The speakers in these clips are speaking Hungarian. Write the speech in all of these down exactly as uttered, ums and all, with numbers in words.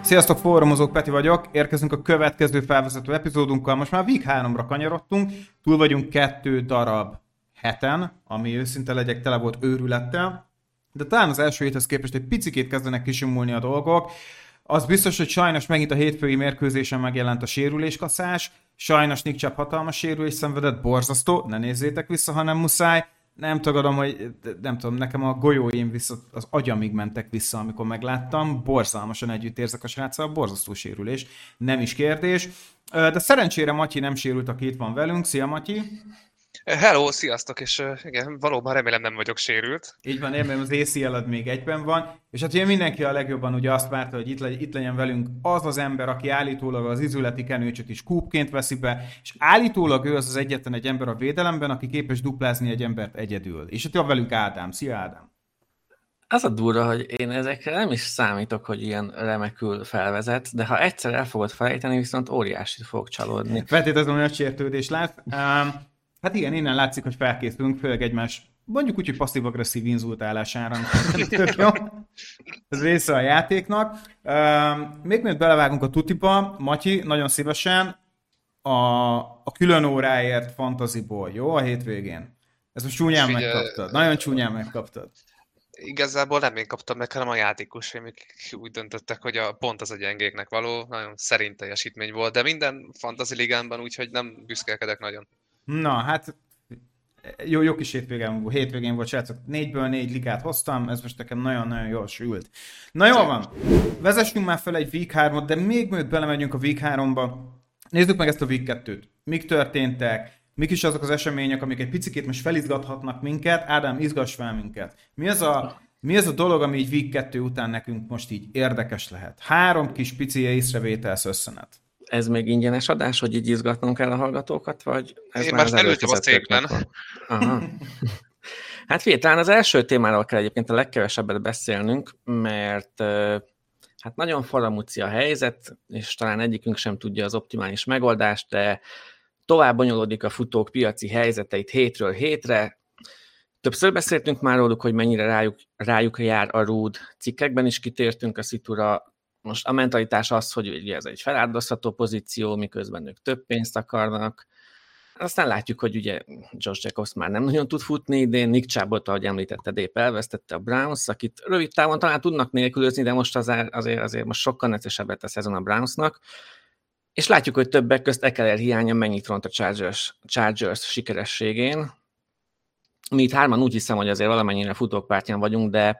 Sziasztok, fórumozók, Peti vagyok. Érkezünk a következő felvezető epizódunkkal. Most már Week háromra kanyarodtunk, túl vagyunk kettő darab heten, ami őszinte legyek, tele volt őrülettel. De talán az első héthez képest egy picikét kezdenek kisimulni a dolgok. Az biztos, hogy sajnos megint a hétfői mérkőzésen megjelent a sérüléskaszás. Sajnos Nick Chubb hatalmas sérülés szenvedett, borzasztó, ne nézzétek vissza, ha nem muszáj. Nem tagadom, hogy nem tudom, nekem a golyóim vissza, az agyamig mentek vissza, amikor megláttam. Borzalmasan együtt érzek a sráccal, borzasztó sérülés, nem is kérdés. De szerencsére Matyi nem sérült, aki itt van velünk. Szia, Matyi! Hello, sziasztok, és uh, igen, valóban remélem nem vagyok sérült. Így van, én az á cé el-ed még egyben van, és hát ugye mindenki a legjobban ugye azt várta, hogy itt, legy, itt legyen velünk az az ember, aki állítólag az izületi kenőcsöt is kúpként veszi be, és állítólag ő az az egyetlen egy ember a védelemben, aki képes duplázni egy embert egyedül. És itt van velünk Ádám. Szia, Ádám! Az a durva, hogy én ezekre nem is számítok, hogy ilyen remekül felvezet, de ha egyszer el fogod felejteni, viszont óriásit fog csalódni. Feltétlenül nagy sértődés lesz. Um, Hát igen, innen látszik, hogy felkészülünk, főleg egymás, mondjuk úgy, hogy passzív-agresszív inzultálására. Tök jó. Ez része a játéknak. Uh, még mielőtt belevágunk a tutiba, Matyi, nagyon szívesen a, a külön óráért fantaziból, jó? A hétvégén. Ez most csúnyán Figyelj, megkaptad. Nagyon csúnyán megkaptad. Igazából nem én kaptam meg, hanem a játékos, amik úgy döntöttek, hogy a pont az a gyengéknek való, nagyon szerint teljesítmény volt, de minden fantasy ligánban, úgyhogy nem büszkélkedek nagyon. Na, hát jó, jó kis hétvégén, hétvégén volt, srácok. Négyből négy ligát hoztam, ez most nekem nagyon-nagyon jól sült. Na jól van, vezessünk már fel egy Week hármat, de még mielőtt belemegyünk a Week háromba, nézzük meg ezt a Week kettőt. Mik történtek, mik is azok az események, amik egy picikét most felizgathatnak minket. Ádám, izgass fel minket. Mi az a, mi az a dolog, ami így Week kettő után nekünk most így érdekes lehet? Három kis pici észrevételsz összenet. Ez még ingyenes adás, hogy így izgatnunk kell a hallgatókat, vagy ez Én már már felültem a székben. Aha. Hát figyelj, talán az első témáról kell egyébként a legkevesebbet beszélnünk, mert hát nagyon faramúci a helyzet, és talán egyikünk sem tudja az optimális megoldást, de tovább bonyolódik a futók piaci helyzeteit hétről hétre. Többször beszéltünk már róluk, hogy mennyire rájuk, rájuk jár a rúd. Cikkekben is kitértünk a szitura. Most a mentalitás az, hogy ugye ez egy feláldozható pozíció, miközben ők több pénzt akarnak. Aztán látjuk, hogy ugye Josh Jacobs már nem nagyon tud futni idén, Nick Chubbot, ahogy említetted, épp elvesztette a Browns, akit rövid távon talán tudnak nélkülözni, de most azért, azért, azért most sokkal necesebb lett a szezon a Brownsnak. És látjuk, hogy többek közt Ekeler hiánya mennyit ront a Chargers, Chargers sikerességén. Mi itt hárman úgy hiszem, hogy azért valamennyire futókpártyán vagyunk, de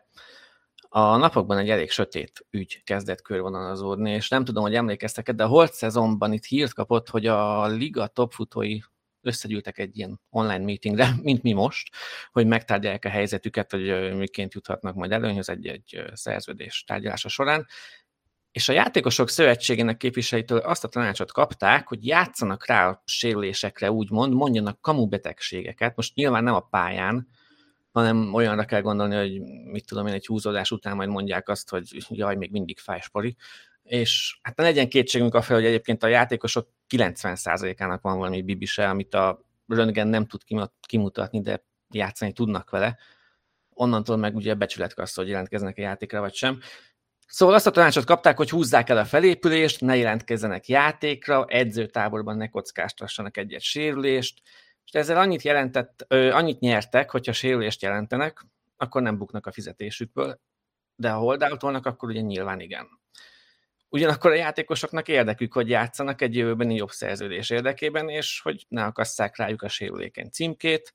a napokban egy elég sötét ügy kezdett körvonalazódni, és nem tudom, hogy emlékeztek, de a holt szezonban itt hírt kapott, hogy a liga topfutói összegyűltek egy ilyen online meetingre, mint mi most, hogy megtárgyalják a helyzetüket, hogy miként juthatnak majd előnyhöz egy-egy szerződés tárgyalása során. És a játékosok szövetségének képviselőitől azt a tanácsot kapták, hogy játszanak rá a sérülésekre, úgymond, mondjanak kamubetegségeket, most nyilván nem a pályán, hanem olyanra kell gondolni, hogy mit tudom én, egy húzódás után majd mondják azt, hogy jaj, még mindig fáj spori. És hát ne legyen kétségünk a fel, hogy egyébként a játékosok kilencven százalékának van valami bibise, amit a röntgen nem tud kimutatni, de játszani tudnak vele. Onnantól meg ugye becsületke azt, hogy jelentkeznek a játékra vagy sem. Szóval azt a tanácsot kapták, hogy húzzák el a felépülést, ne jelentkezzenek játékra, edzőtáborban ne kockáztassanak egy-egy sérülést, és ezzel annyit, jelentett, ö, annyit nyertek, hogyha sérülést jelentenek, akkor nem buknak a fizetésükből, de ha holdoutolnak, akkor ugye nyilván igen. Ugyanakkor a játékosoknak érdekük, hogy játszanak egy jövőbeni jobb szerződés érdekében, és hogy ne akasszák rájuk a sérülékeny címkét.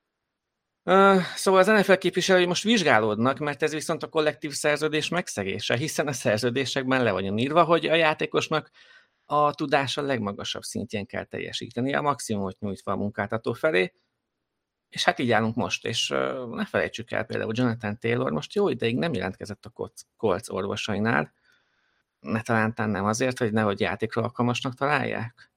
Ö, szóval az en ef el képviselői most vizsgálódnak, mert ez viszont a kollektív szerződés megszegése, hiszen a szerződésekben le van írva, hogy a játékosnak a tudása legmagasabb szintjén kell teljesíteni, a maximumot nyújtva a munkáltató felé, és hát így állunk most, és uh, ne felejtsük el, például Jonathan Taylor most jó ideig nem jelentkezett a Colts orvosainál, ne talántán nem azért, hogy nehogy játékra alkalmasnak találják.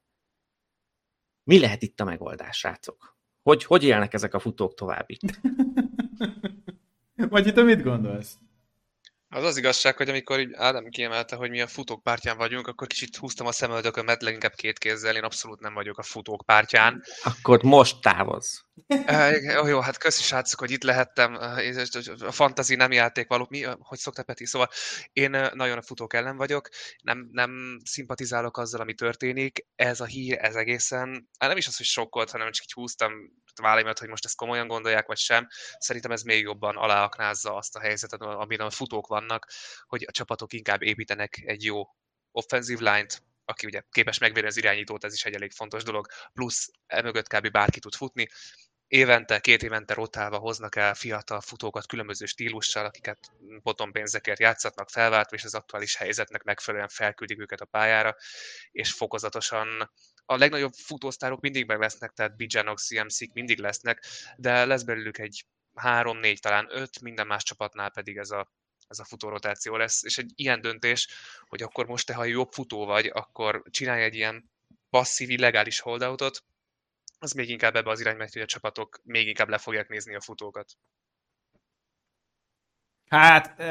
Mi lehet itt a megoldás, srácok? Hogy, hogy élnek ezek a futók tovább itt? Vagy itt, mit gondolsz? Az az igazság, hogy amikor így Ádám kiemelte, hogy mi a futók pártján vagyunk, akkor kicsit húztam a szemöldökömet, leginkább két kézzel, én abszolút nem vagyok a futók pártján. Akkor most távozz. Uh, jó, jó, hát köszi srácok, hogy itt lehettem. Uh, a fantasy nem játékvaló. Mi, uh, hogy szokta Peti? Szóval én uh, nagyon a futók ellen vagyok, nem, nem szimpatizálok azzal, ami történik. Ez a hír, ez egészen, hát nem is az, hogy sokkolt, hanem csak így húztam vállalmat, hogy most ezt komolyan gondolják, vagy sem. Szerintem ez még jobban aláaknázza azt a helyzetet, amiben a futók vannak, hogy a csapatok inkább építenek egy jó offenzív line-t, aki ugye képes megvédeni az irányítót, ez is egy elég fontos dolog, plusz emögött kb. Bárki tud futni. Évente, két évente rotálva hoznak el fiatal futókat különböző stílussal, akiket potonpénzekért játszatnak felváltva, és az aktuális helyzetnek megfelelően felküldik őket a pályára, és fokozatosan a legnagyobb futósztárok mindig meg lesznek, tehát Bijanok, cé em cé-k mindig lesznek, de lesz belőlük egy három, négy, talán öt, minden más csapatnál pedig ez a, ez a futórotáció lesz, és egy ilyen döntés, hogy akkor most te, ha jobb futó vagy, akkor csinálj egy ilyen passzív, illegális holdoutot, az még inkább ebbe az irányba, hogy a csapatok még inkább le fogják nézni a futókat. Hát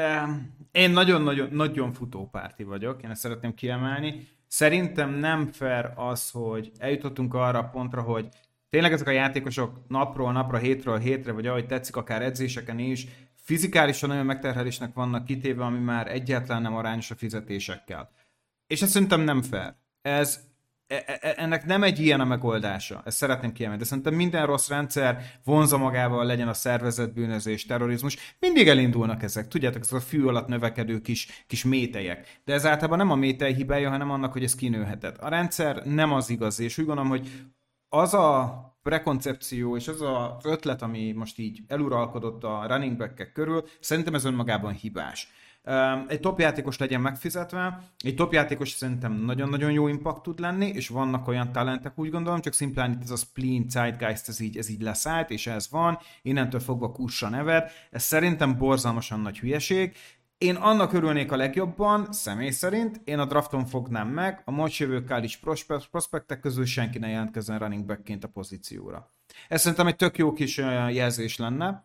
én nagyon-nagyon nagyon futópárti vagyok, én ezt szeretném kiemelni. Szerintem nem fair az, hogy eljutottunk arra a pontra, hogy tényleg ezek a játékosok napról napra, hétről hétre, vagy ahogy tetszik, akár edzéseken is, fizikálisan olyan megterhelésnek vannak kitéve, ami már egyáltalán nem arányos a fizetésekkel. És ez szerintem nem fair. Ez ennek nem egy ilyen a megoldása, ezt szeretném kiemelni, de szerintem minden rossz rendszer vonza magával, legyen a szervezetbűnözés, terrorizmus, mindig elindulnak ezek, tudjátok, ez a fű alatt növekedő kis, kis mételyek. De ez általában nem a métely hibája, hanem annak, hogy ez kinőhetett. A rendszer nem az igazi, és úgy gondolom, hogy az a prekoncepció és az az ötlet, ami most így eluralkodott a running back-ek körül, szerintem ez önmagában hibás. Egy topjátékos legyen megfizetve, egy topjátékos szerintem nagyon-nagyon jó impact tud lenni, és vannak olyan talentek, úgy gondolom, csak szimplán itt ez a spleen zeitgeist, ez így, ez így leszállt, és ez van, innentől fogva kursa neved, ez szerintem borzalmasan nagy hülyeség. Én annak örülnék a legjobban, személy szerint, én a drafton fognám meg, a most jövő college prospektek közül senki ne jelentkezzen running backként a pozícióra. Ez szerintem egy tök jó kis jelzés lenne,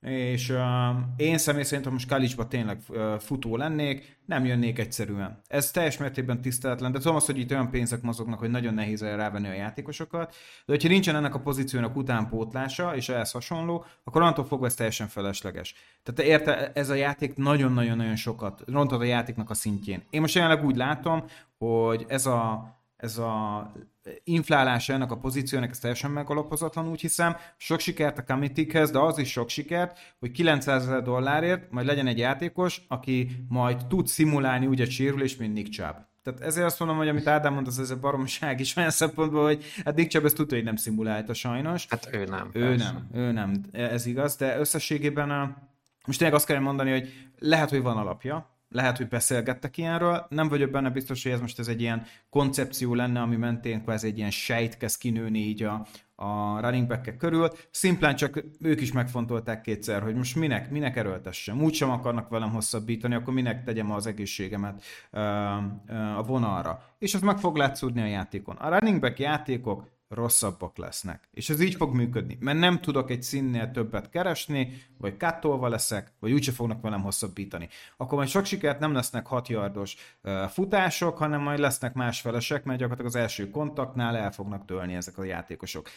és uh, én személy szerint, ha most college-ba tényleg uh, futó lennék, nem jönnék egyszerűen. Ez teljes mértékben tiszteletlen, de tudom azt, hogy itt olyan pénzek mozognak, hogy nagyon nehéz rávenni a játékosokat, de hogyha nincsen ennek a pozíciónak utánpótlása, és ehhez hasonló, akkor onnantól fogva ez teljesen felesleges. Tehát érte, ez a játék nagyon-nagyon-nagyon sokat rontott a játéknak a szintjén. Én most jelenleg úgy látom, hogy ez a ez a inflálása ennek a pozíciónak, ez teljesen megalapozatlan, úgy hiszem. Sok sikert a committee-hez, de az is sok sikert, hogy kilencszázezer dollárért majd legyen egy játékos, aki majd tud szimulálni úgy egy sérülést, mint Nick Chubb. Tehát ezért azt mondom, hogy amit Ádám mondta, ez a baromság is olyan szempontból, hogy hát Nick Chubb ezt tudja, hogy nem szimulálta sajnos. Hát ő nem. Ő persze. nem, ő nem, ez igaz, de összességében a... most tényleg azt kell mondani, hogy lehet, hogy van alapja, lehet, hogy beszélgettek ilyenről, nem vagyok benne biztos, hogy ez most ez egy ilyen koncepció lenne, ami mentén kvázi egy ilyen sejt kezd kinőni így a, a running back-ek körül. Szimplán csak ők is megfontolták kétszer, hogy most minek, minek erőltessem. Úgysem akarnak velem hosszabbítani, akkor minek tegyem az egészségemet uh, uh, a vonalra. És az meg fog látszódni a játékon. A running back játékok rosszabbak lesznek. És ez így fog működni, mert nem tudok egy színnél többet keresni, vagy kattolva leszek, vagy úgyse fognak velem hosszabbítani. Akkor majd sok sikert nem lesznek hat yardos uh, futások, hanem majd lesznek másfelesek, mert gyakorlatilag az első kontaktnál el fognak dőlni ezek a játékosok.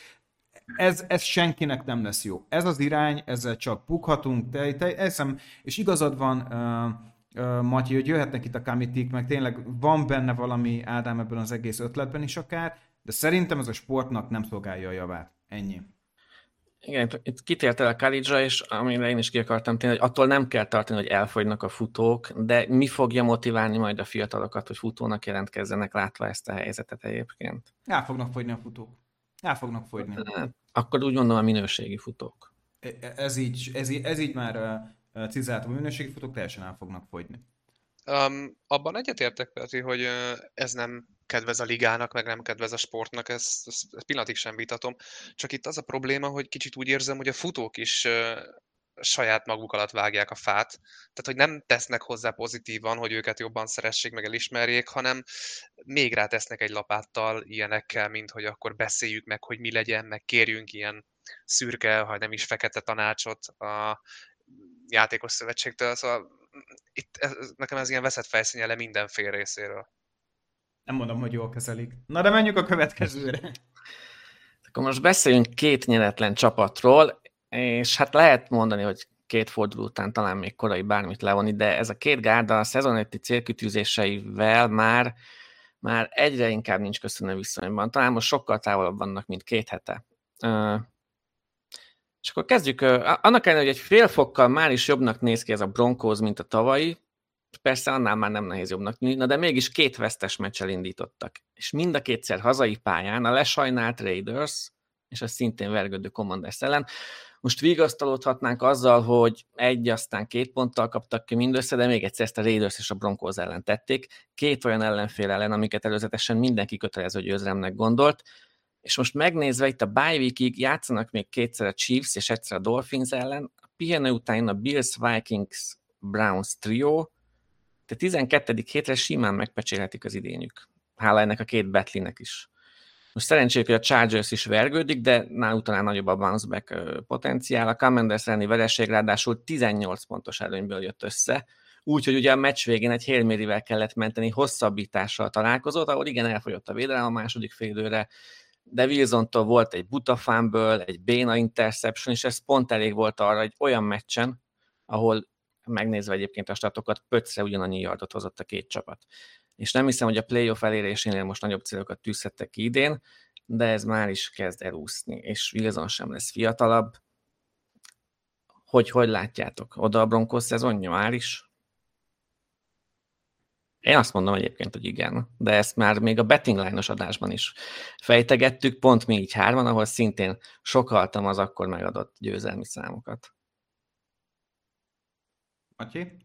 Ez, ez senkinek nem lesz jó. Ez az irány, ezzel csak bukhatunk, te, te, eszem, és igazad van, uh, uh, Matyi, hogy jöhetnek itt a committee-k, meg tényleg van benne valami, Ádám, ebben az egész ötletben is akár, de szerintem ez a sportnak nem szolgálja a javát. Ennyi. Igen, itt kitértél a college-ra, és amire én is ki akartam tenni, hogy attól nem kell tartani, hogy elfogynak a futók, de mi fogja motiválni majd a fiatalokat, hogy futónak jelentkezzenek, látva ezt a helyzetet egyébként? El fognak fogyni a futók. El fognak fogyni. Akkor úgy mondom, a minőségi futók. Ez így, ez így, ez így már uh, cizált, a minőségi futók teljesen el fognak fogyni. Um, abban egyetértek, Peti, hogy uh, ez nem kedvez a ligának, meg nem kedvez a sportnak, ezt, ezt, ezt pillanatig sem vitatom. Csak itt az a probléma, hogy kicsit úgy érzem, hogy a futók is uh, saját maguk alatt vágják a fát. Tehát, hogy nem tesznek hozzá pozitívan, hogy őket jobban szeressék, meg elismerjék, hanem még rátesznek egy lapáttal ilyenekkel, mint hogy akkor beszéljük meg, hogy mi legyen, meg kérjünk ilyen szürke, ha nem is fekete tanácsot a játékos szövetségtől. Szóval itt ez, nekem ez ilyen veszett fejszínyele minden fél részéről. Nem mondom, hogy jól kezelik. Na de menjünk a következőre. Akkor most beszéljünk két nyeretlen csapatról, és hát lehet mondani, hogy két forduló után talán még korai bármit levonni, de ez a két gárda a szezon előtti célkitűzéseivel már, már egyre inkább nincs köszönő viszonyban. Talán most sokkal távolabb vannak, mint két hete. Uh, és akkor kezdjük. Uh, annak ellenére, hogy egy fél fokkal már is jobbnak néz ki ez a Broncos, mint a tavalyi, persze annál már nem nehéz jobbnak, na de mégis két vesztes meccsel indítottak. És mind a kétszer hazai pályán a lesajnált Raiders, és a szintén vergődő Commanders ellen. Most vigasztalódhatnánk azzal, hogy egy, aztán két ponttal kaptak ki mindössze, de még egyszer ezt a Raiders és a Broncos ellen tették. Két olyan ellenfél ellen, amiket előzetesen mindenki kötelező győzelemnek gondolt. És most megnézve itt a bye weekig játszanak még kétszer a Chiefs és egyszer a Dolphins ellen. A pihenő után a Bills, Vikings, Browns trio, de tizenkettedik hétre simán megpecsélhetik az idényük. Hála ennek a két Betlinek is. Most szerencsére, hogy a Chargers is vergődik, de náluk talán nagyobb a bounce back potenciál. A Commanders elleni vereség ráadásul tizennyolc pontos előnyből jött össze, úgyhogy ugye a meccs végén egy Hail Mary-vel kellett menteni hosszabbítással találkozott, ahol igen elfogyott a védelem a második félidőre, de Wilsontól volt egy buta fumble, egy béna interception, és ez pont elég volt arra egy olyan meccsen, ahol megnézve egyébként a statokat, pöccre ugyanannyi yardot hozott a két csapat. És nem hiszem, hogy a playoff elérésénél most nagyobb célokat tűzhettek ki idén, de ez már is kezd elúszni, és Wilson sem lesz fiatalabb. Hogy, hogy látjátok? Oda a Broncos szezonja már is? Én azt mondom egyébként, hogy igen, de ezt már még a betting line-os adásban is fejtegettük, pont mi így hárman, ahol szintén sokaltam az akkor megadott győzelmi számokat. Matyi?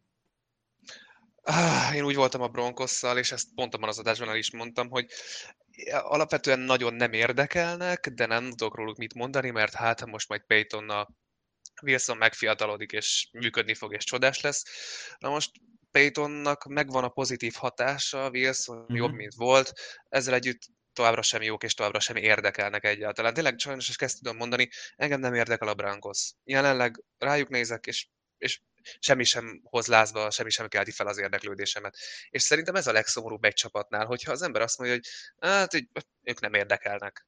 Ah, én úgy voltam a Broncosszal, és ezt pont abban az adásban el is mondtam, hogy alapvetően nagyon nem érdekelnek, de nem tudok róluk mit mondani, mert hát most majd Paytonnal Wilson megfiatalodik, és működni fog, és csodás lesz. Na most Paytonnak megvan a pozitív hatása, Wilson uh-huh. jobb, mint volt, ezzel együtt továbbra sem jók, és továbbra sem érdekelnek egyáltalán. Tényleg sajnos, és ezt tudom mondani, engem nem érdekel a Broncos. Jelenleg rájuk nézek, és, és semmi sem hoz lázba, semmi sem kelti fel az érdeklődésemet. És szerintem ez a legszomorúbb egy csapatnál, hogyha az ember azt mondja, hogy hát, ők nem érdekelnek.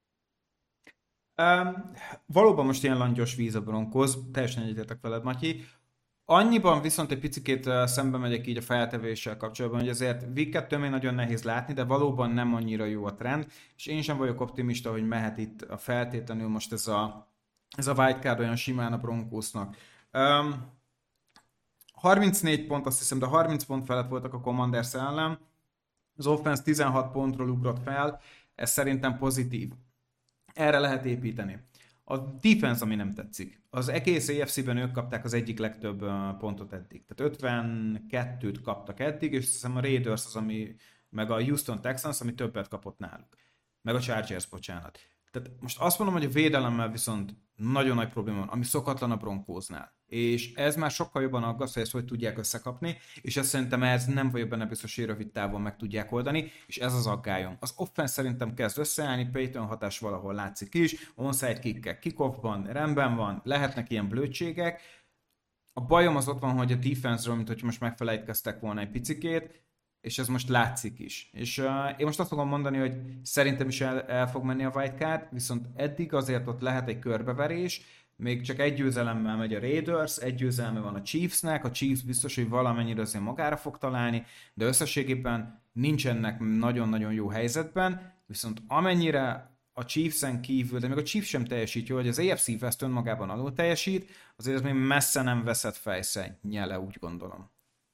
Um, valóban most ilyen langyos víz a Broncos, teljesen egyetértek veled, Matyi. Annyiban viszont egy picit szembe megyek így a feltevéssel kapcsolatban, hogy azért week kettő még nagyon nehéz látni, de valóban nem annyira jó a trend, és én sem vagyok optimista, hogy mehet itt a feltétlenül most ez a, ez a wildcard olyan simán a Broncosnak. Um, harmincnégy pont, azt hiszem, de harminc pont felett voltak a Commanders ellen, az offense tizenhat pontról ugrott fel, ez szerintem pozitív. Erre lehet építeni. A defense, ami nem tetszik. Az egész á ef cé-ben ők kapták az egyik legtöbb pontot eddig. Tehát ötvenkettőt kaptak eddig, és hiszem a Raiders az, ami, meg a Houston Texans, ami többet kapott náluk. Meg a Chargers, bocsánat. Tehát most azt mondom, hogy a védelemmel viszont nagyon nagy probléma van, ami szokatlan a Broncosnál. És ez már sokkal jobban aggaszt, hogy ezt hogy tudják összekapni, és ezt szerintem ez nem vagyok benne biztos, hogy rövid távon meg tudják oldani, és ez az aggályom. Az offense szerintem kezd összeállni, Payton hatás valahol látszik is, onside kickek kickoffban, rendben van, lehetnek ilyen blödségek. A bajom az ott van, hogy a defense-ről, mint hogy most megfelejtkeztek volna egy picikét, és ez most látszik is. És uh, én most azt fogom mondani, hogy szerintem is el, el fog menni a wildcard, viszont eddig azért ott lehet egy körbeverés, még csak egy győzelemmel megy a Raiders, egy győzelme van a Chiefsnek, a Chiefs biztos, hogy valamennyire azért magára fog találni, de összességében nincsenek nagyon-nagyon jó helyzetben, viszont amennyire a Chiefsen kívül, de még a Chiefs sem teljesít jól, hogy az á ef cé West önmagában alul teljesít, azért ez még messze nem veszett fejszennyele, úgy gondolom.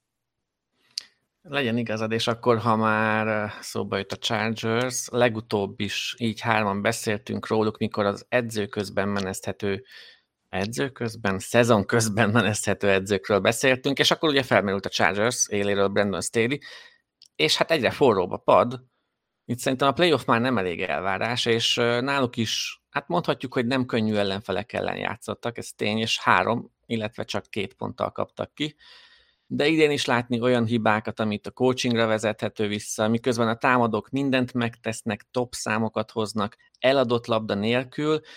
Legyen igazad, és akkor, ha már szóba jött a Chargers, legutóbb is így hárman beszéltünk róluk, mikor az edző közben meneszthető edző közben, szezon közben meneszthető edzőkről beszéltünk, és akkor ugye felmerült a Chargers éléről Brandon Staley, és hát egyre forróbb a pad. Itt szerintem a playoff már nem elég elvárás, és náluk is, hát mondhatjuk, hogy nem könnyű ellenfelek ellen játszottak, ez tény, és három, illetve csak két ponttal kaptak ki. De idén is látni olyan hibákat, amit a coachingra vezethető vissza, miközben a támadók mindent megtesznek, top számokat hoznak, eladott labda nélkül,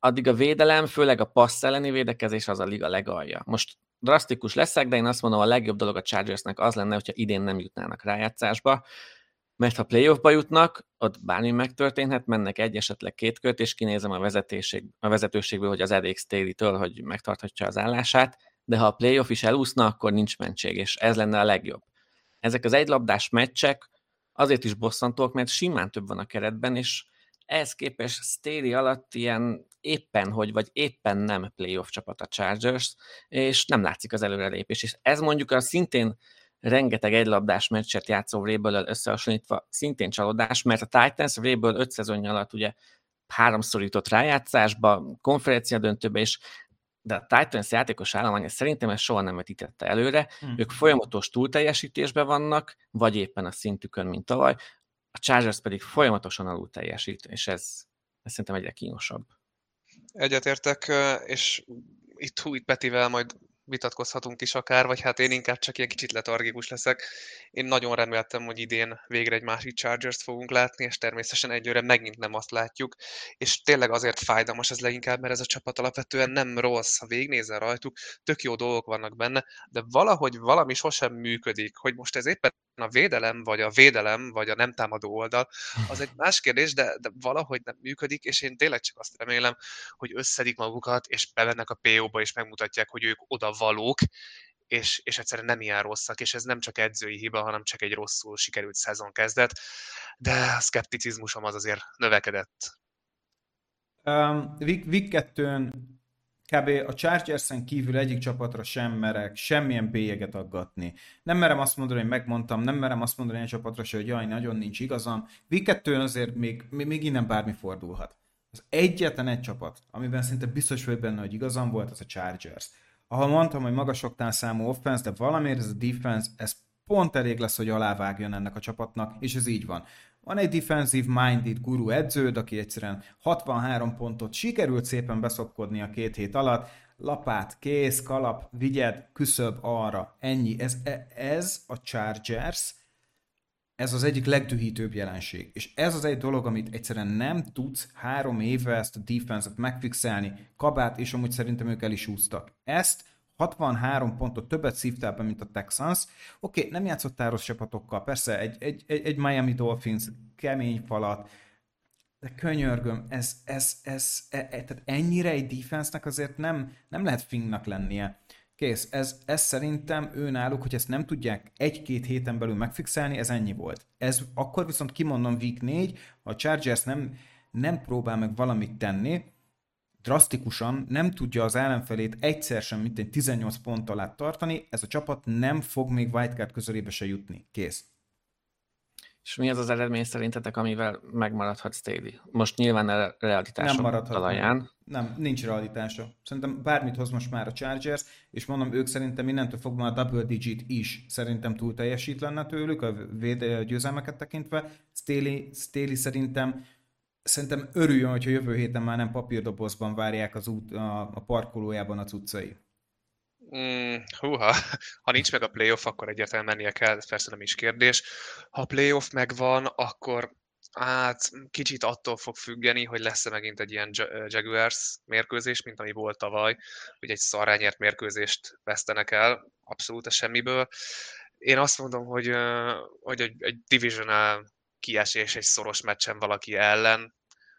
addig a védelem, főleg a passz elleni védekezés az a liga legalja. Most drasztikus leszek, de én azt mondom, a legjobb dolog a Chargersnek az lenne, hogyha idén nem jutnának rájátszásba, mert ha playoffba jutnak, ott bármi megtörténhet, mennek egy, esetleg két kört, és kinézem a, vezetőség, a vezetőségből, hogy az Erik Staley-től, hogy megtarthatja az állását, de ha a playoff is elúszna, akkor nincs mentség, és ez lenne a legjobb. Ezek az egylabdás meccsek azért is bosszantóak, mert simán több van a keretben, és ehhez képest Staley alatt ilyen éppen hogy, vagy éppen nem playoff csapat a Chargers, és nem látszik az előrelépés. És ez mondjuk a szintén rengeteg egylabdás meccset játszó Vrabel-el összehasonlítva szintén csalódás, mert a Titans Vrabel öt szezonja alatt ugye háromszor jutott rájátszásba, konferencia döntőbe, és de a Titans játékos állománya szerintem ezt soha nem vetítette előre. Hmm. Ők folyamatos túlteljesítésben vannak, vagy éppen a szintükön, mint tavaly. A Chargers pedig folyamatosan alul teljesít, és ez, ez szerintem egyre kínosabb. Egyetértek, és itt hú, itt Petivel majd vitatkozhatunk is akár, vagy hát én inkább csak ilyen kicsit letargikus leszek. Én nagyon reméltem, hogy idén végre egy másik Chargers-t fogunk látni, és természetesen egyőre megint nem azt látjuk, és tényleg azért fájdalmas ez leginkább, mert ez a csapat alapvetően nem rossz, ha végignézel rajtuk, tök jó dolgok vannak benne, de valahogy valami sosem működik, hogy most ez éppen a védelem, vagy a védelem, vagy a nem támadó oldal, az egy más kérdés, de, de valahogy nem működik, és én tényleg csak azt remélem, hogy összedik magukat, és bevennek a pé ó-ba, és megmutatják, hogy ők oda valók, és, és egyszerűen nem ilyen rosszak, és ez nem csak edzői hiba, hanem csak egy rosszul sikerült szezon kezdet, de a szkepticizmusom az azért növekedett. Um, Week kettőn kb. A Chargersen kívül egyik csapatra sem merek semmilyen bélyeget aggatni. Nem merem azt mondani, hogy megmondtam, nem merem azt mondani a csapatra se, hogy jaj, nagyon nincs igazam. Week kettőn azért még, még innen bármi fordulhat. Az egyetlen egy csapat, amiben szinte biztos vagy benne, hogy igazam volt, az a Chargers. Ahol mondtam, hogy magas oktán számú offense, de valamiért ez a defense, ez pont elég lesz, hogy alávágjon ennek a csapatnak, és ez így van. Van egy defensive-minded guru edződ, aki egyszerűen hatvanhárom pontot sikerült szépen beszopkodni a két hét alatt, lapát, kész, kalap, vigyed, küszöb arra, ennyi. Ez, ez a Chargers, ez az egyik legdühítőbb jelenség. És ez az egy dolog, amit egyszerűen nem tudsz három éve ezt a defense-et megfixelni. Kabát, és amúgy szerintem ők el is úsztak. Ezt hatvanhárom pontot többet szívtál be, mint a Texans. Oké, okay, nem játszottál rossz csapatokkal, persze egy, egy, egy, egy Miami Dolphins kemény falat, de könyörgöm, ez, ez, ez, ez, ez tehát ennyire egy defense-nek azért nem, nem lehet fingnak lennie. Kész, ez, ez szerintem ő náluk, hogy ezt nem tudják egy-két héten belül megfixelni, ez ennyi volt. Ez akkor viszont kimondom week négy, ha a Chargers nem, nem próbál meg valamit tenni, drasztikusan nem tudja az ellenfelét egyszer sem mint egy tizennyolc pont alá tartani, ez a csapat nem fog még wildcard közelébe se jutni. Kész. És mi az az eredmény szerintetek, amivel megmaradhat Staley? Most nyilván a realitásom talaján. Nem, nincs realitása. Szerintem bármit hoz most már a Chargers, és mondom, ők szerintem innentől fogva a double digit is szerintem túl teljesít lenne tőlük, a véd győzelmeket tekintve. Staley, Staley szerintem Szerintem örüljön, hogyha jövő héten már nem papírdobozban várják az út, a, a parkolójában a cuccai. Mm, húha, ha nincs meg a playoff, akkor egyáltalán mennie kell, ez persze nem is kérdés. Ha a playoff megvan, akkor hát kicsit attól fog függeni, hogy lesz-e megint egy ilyen Jaguars mérkőzés, mint ami volt tavaly, hogy egy szarrá nyert mérkőzést vesztenek el, abszolút semmiből. Én azt mondom, hogy, hogy egy, egy divisional kiesés egy szoros meccsen valaki ellen,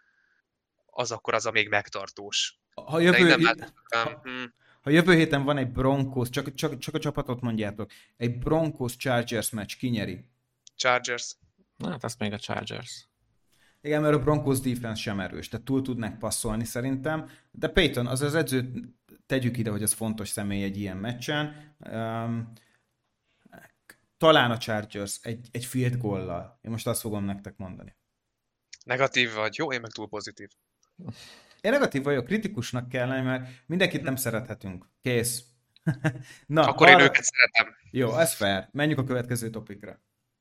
az akkor az a még megtartós. Ha jövő, nem hát, ha, hmm. ha jövő héten van egy Broncos, csak, csak, csak a csapatot mondjátok, egy Broncos-Chargers meccs, ki nyeri? Chargers. Na, hát azt még a Chargers. Igen, mert a Broncos defense sem erős, tehát túl tudnak passzolni szerintem, de Peyton, az az edzőt tegyük ide, hogy ez fontos személy egy ilyen meccsen. Um, talán a Chargers egy, egy field goal-lal. Én most azt fogom nektek mondani. Negatív vagy? Jó, én meg túl pozitív. Én negatív vagyok, kritikusnak kell lenni, mert mindenkit nem szerethetünk. Kész. Na, akkor arra... én őket szeretem. Jó, ez fair. Menjünk a következő topikra.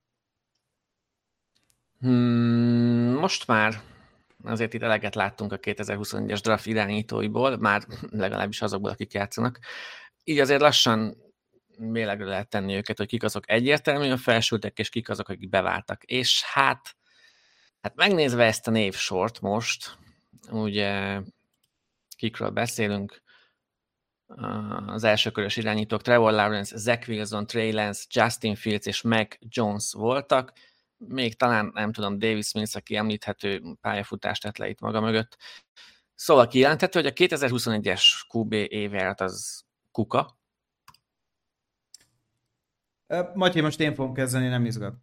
Hmm, most már azért itt eleget láttunk a kétezer-huszonegyes draft irányítóiból, már legalábbis azokból, akik játszanak. Így azért lassan mélegre lehet tenni őket, hogy kik azok egyértelműen felsültek, és kik azok, akik beváltak. És hát, hát megnézve ezt a névsort most, ugye kikről beszélünk. Az elsőkörös irányítók Trevor Lawrence, Zach Wilson, Trey Lance, Justin Fields és Mac Jones voltak. Még talán, nem tudom, Davis Smith, aki említhető pályafutást tett le itt maga mögött. Szóval kijelenthető, hogy a kétezer-huszonegyes kú bé évjárat az kuka. Matyi, most én fogom kezdeni, nem izgat.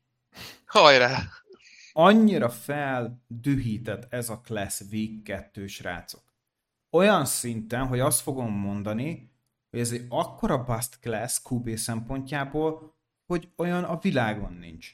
Hajrá! Annyira feldühített ez a Class Week kettő, srácok. Olyan szinten, hogy azt fogom mondani, hogy ez egy akkora bust class kú bé szempontjából, hogy olyan a világon nincs.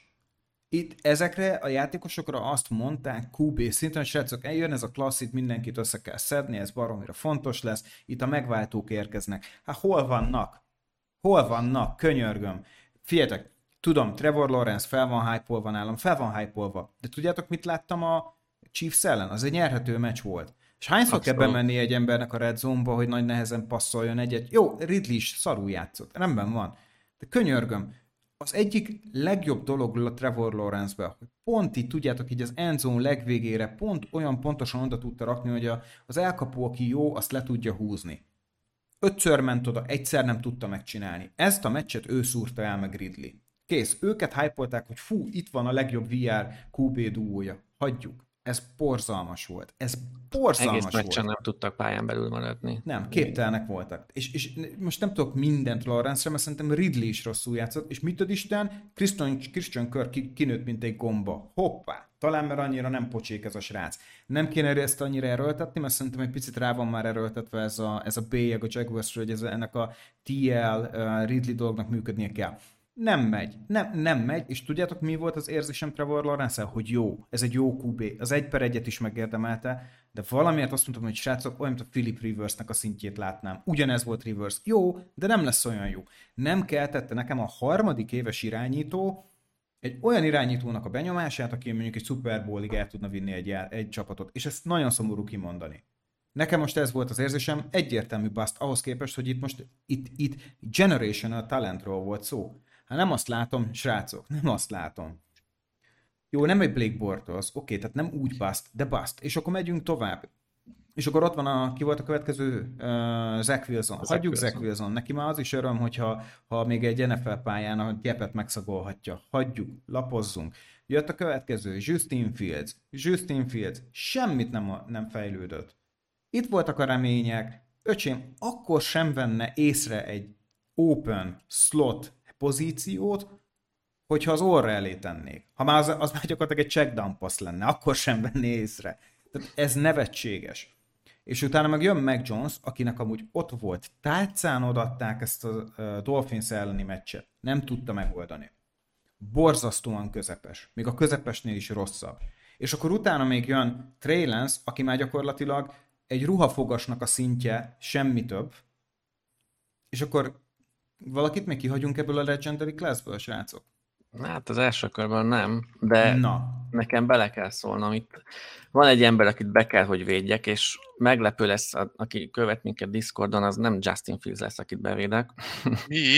Itt ezekre a játékosokra azt mondták kú bé szinten, hogy srácok, eljön ez a klassz, itt mindenkit össze kell szedni, ez baromira fontos lesz, itt a megváltók érkeznek. Hát hol vannak? Hol vannak? Könyörgöm. Figyeljetek, tudom, Trevor Lawrence fel van hype-olva nálam, fel van hype-olva, de tudjátok, mit láttam a Chiefs ellen? Az egy nyerhető meccs volt. És hányszor kell bemenni egy embernek a red zone-ba, hogy nagy nehezen passzoljon egyet? Jó, Ridley is szarul játszott, rendben van. De könyörgöm, az egyik legjobb dolog a Trevor Lawrence-be, hogy pont így, tudjátok, így az end zone legvégére pont olyan pontosan oda tudta rakni, hogy a, az elkapó, aki jó, azt le tudja húzni. Ötször ment oda, egyszer nem tudta megcsinálni. Ezt a meccset ő szúrta el meg Ridley. Kész, őket hype-olták, hogy fú, itt van a legjobb vé er kú bé duója. Hagyjuk. Ez borzalmas volt. Ez borzalmas Egész volt. Egész meccsen nem tudtak pályán belül maradni. Nem, képtelnek voltak. És, és most nem tudok mindent Lawrence-re, mert szerintem Ridley is rosszul játszott, és mit tud Isten? Christian, Christian Kirk kinőtt, mint egy gomba. Hoppá! Talán mert annyira nem pocsék ez a srác. Nem kéne ezt annyira erőltetni, mert szerintem egy picit rá van már erőltetve ez a, ez a bélyeg a Jaguarsről, hogy ez, ennek a té el uh, Ridley dolognak működnie kell. Nem megy. Nem, nem megy, és tudjátok, mi volt az érzésem Trevor Lawrence-el? Hogy jó, ez egy jó kú bé. Az egy per egyet is megérdemelte, de valamiért azt mondtam, hogy srácok, olyan, mint a Philip Rivers-nek a szintjét látnám. Ugyanez volt Rivers. Jó, de nem lesz olyan jó. Nem keltette nekem a harmadik éves irányító egy olyan irányítónak a benyomását, aki mondjuk egy Super Bowl-ig el tudna vinni egy, egy csapatot. És ezt nagyon szomorú kimondani. Nekem most ez volt az érzésem, egyértelmű bust ahhoz képest, hogy itt most itt, itt generational talentról volt szó. Hát nem azt látom, srácok, nem azt látom. Jó, nem egy Blake Bortles, oké, tehát nem úgy bust, de bust. És akkor megyünk tovább. És akkor ott van a, ki volt a következő? Uh, Zach Wilson. Zach Hagyjuk Wilson. Zach Wilson. Neki már az is öröm, hogyha ha még egy en ef el pályán a gyepet megszagolhatja. Hagyjuk, lapozzunk. Jött a következő, Justin Fields. Justin Fields. Semmit nem, nem fejlődött. Itt voltak a remények. Öcsém, akkor sem venne észre egy open slot pozíciót, hogyha az orra elé tennék. Ha már az, az már gyakorlatilag egy checkdown pass lenne, akkor sem venné észre. Tehát ez nevetséges. És utána meg jön Mac Jones, akinek amúgy ott volt. Tálcán odaadták ezt a uh, Dolphins elleni meccset. Nem tudta megoldani. Borzasztóan közepes. Még a közepesnél is rosszabb. És akkor utána még jön Trey Lance, aki már gyakorlatilag egy ruhafogasnak a szintje, semmi több. És akkor valakit még kihagyunk ebből a Legendary Classből, srácok? Hát az első körben nem, de Na. nekem bele kell szólnom. Itt van egy ember, akit be kell, hogy védjek, és meglepő lesz, a, aki követ minket Discordon, az nem Justin Fields lesz, akit bevédek. Mi?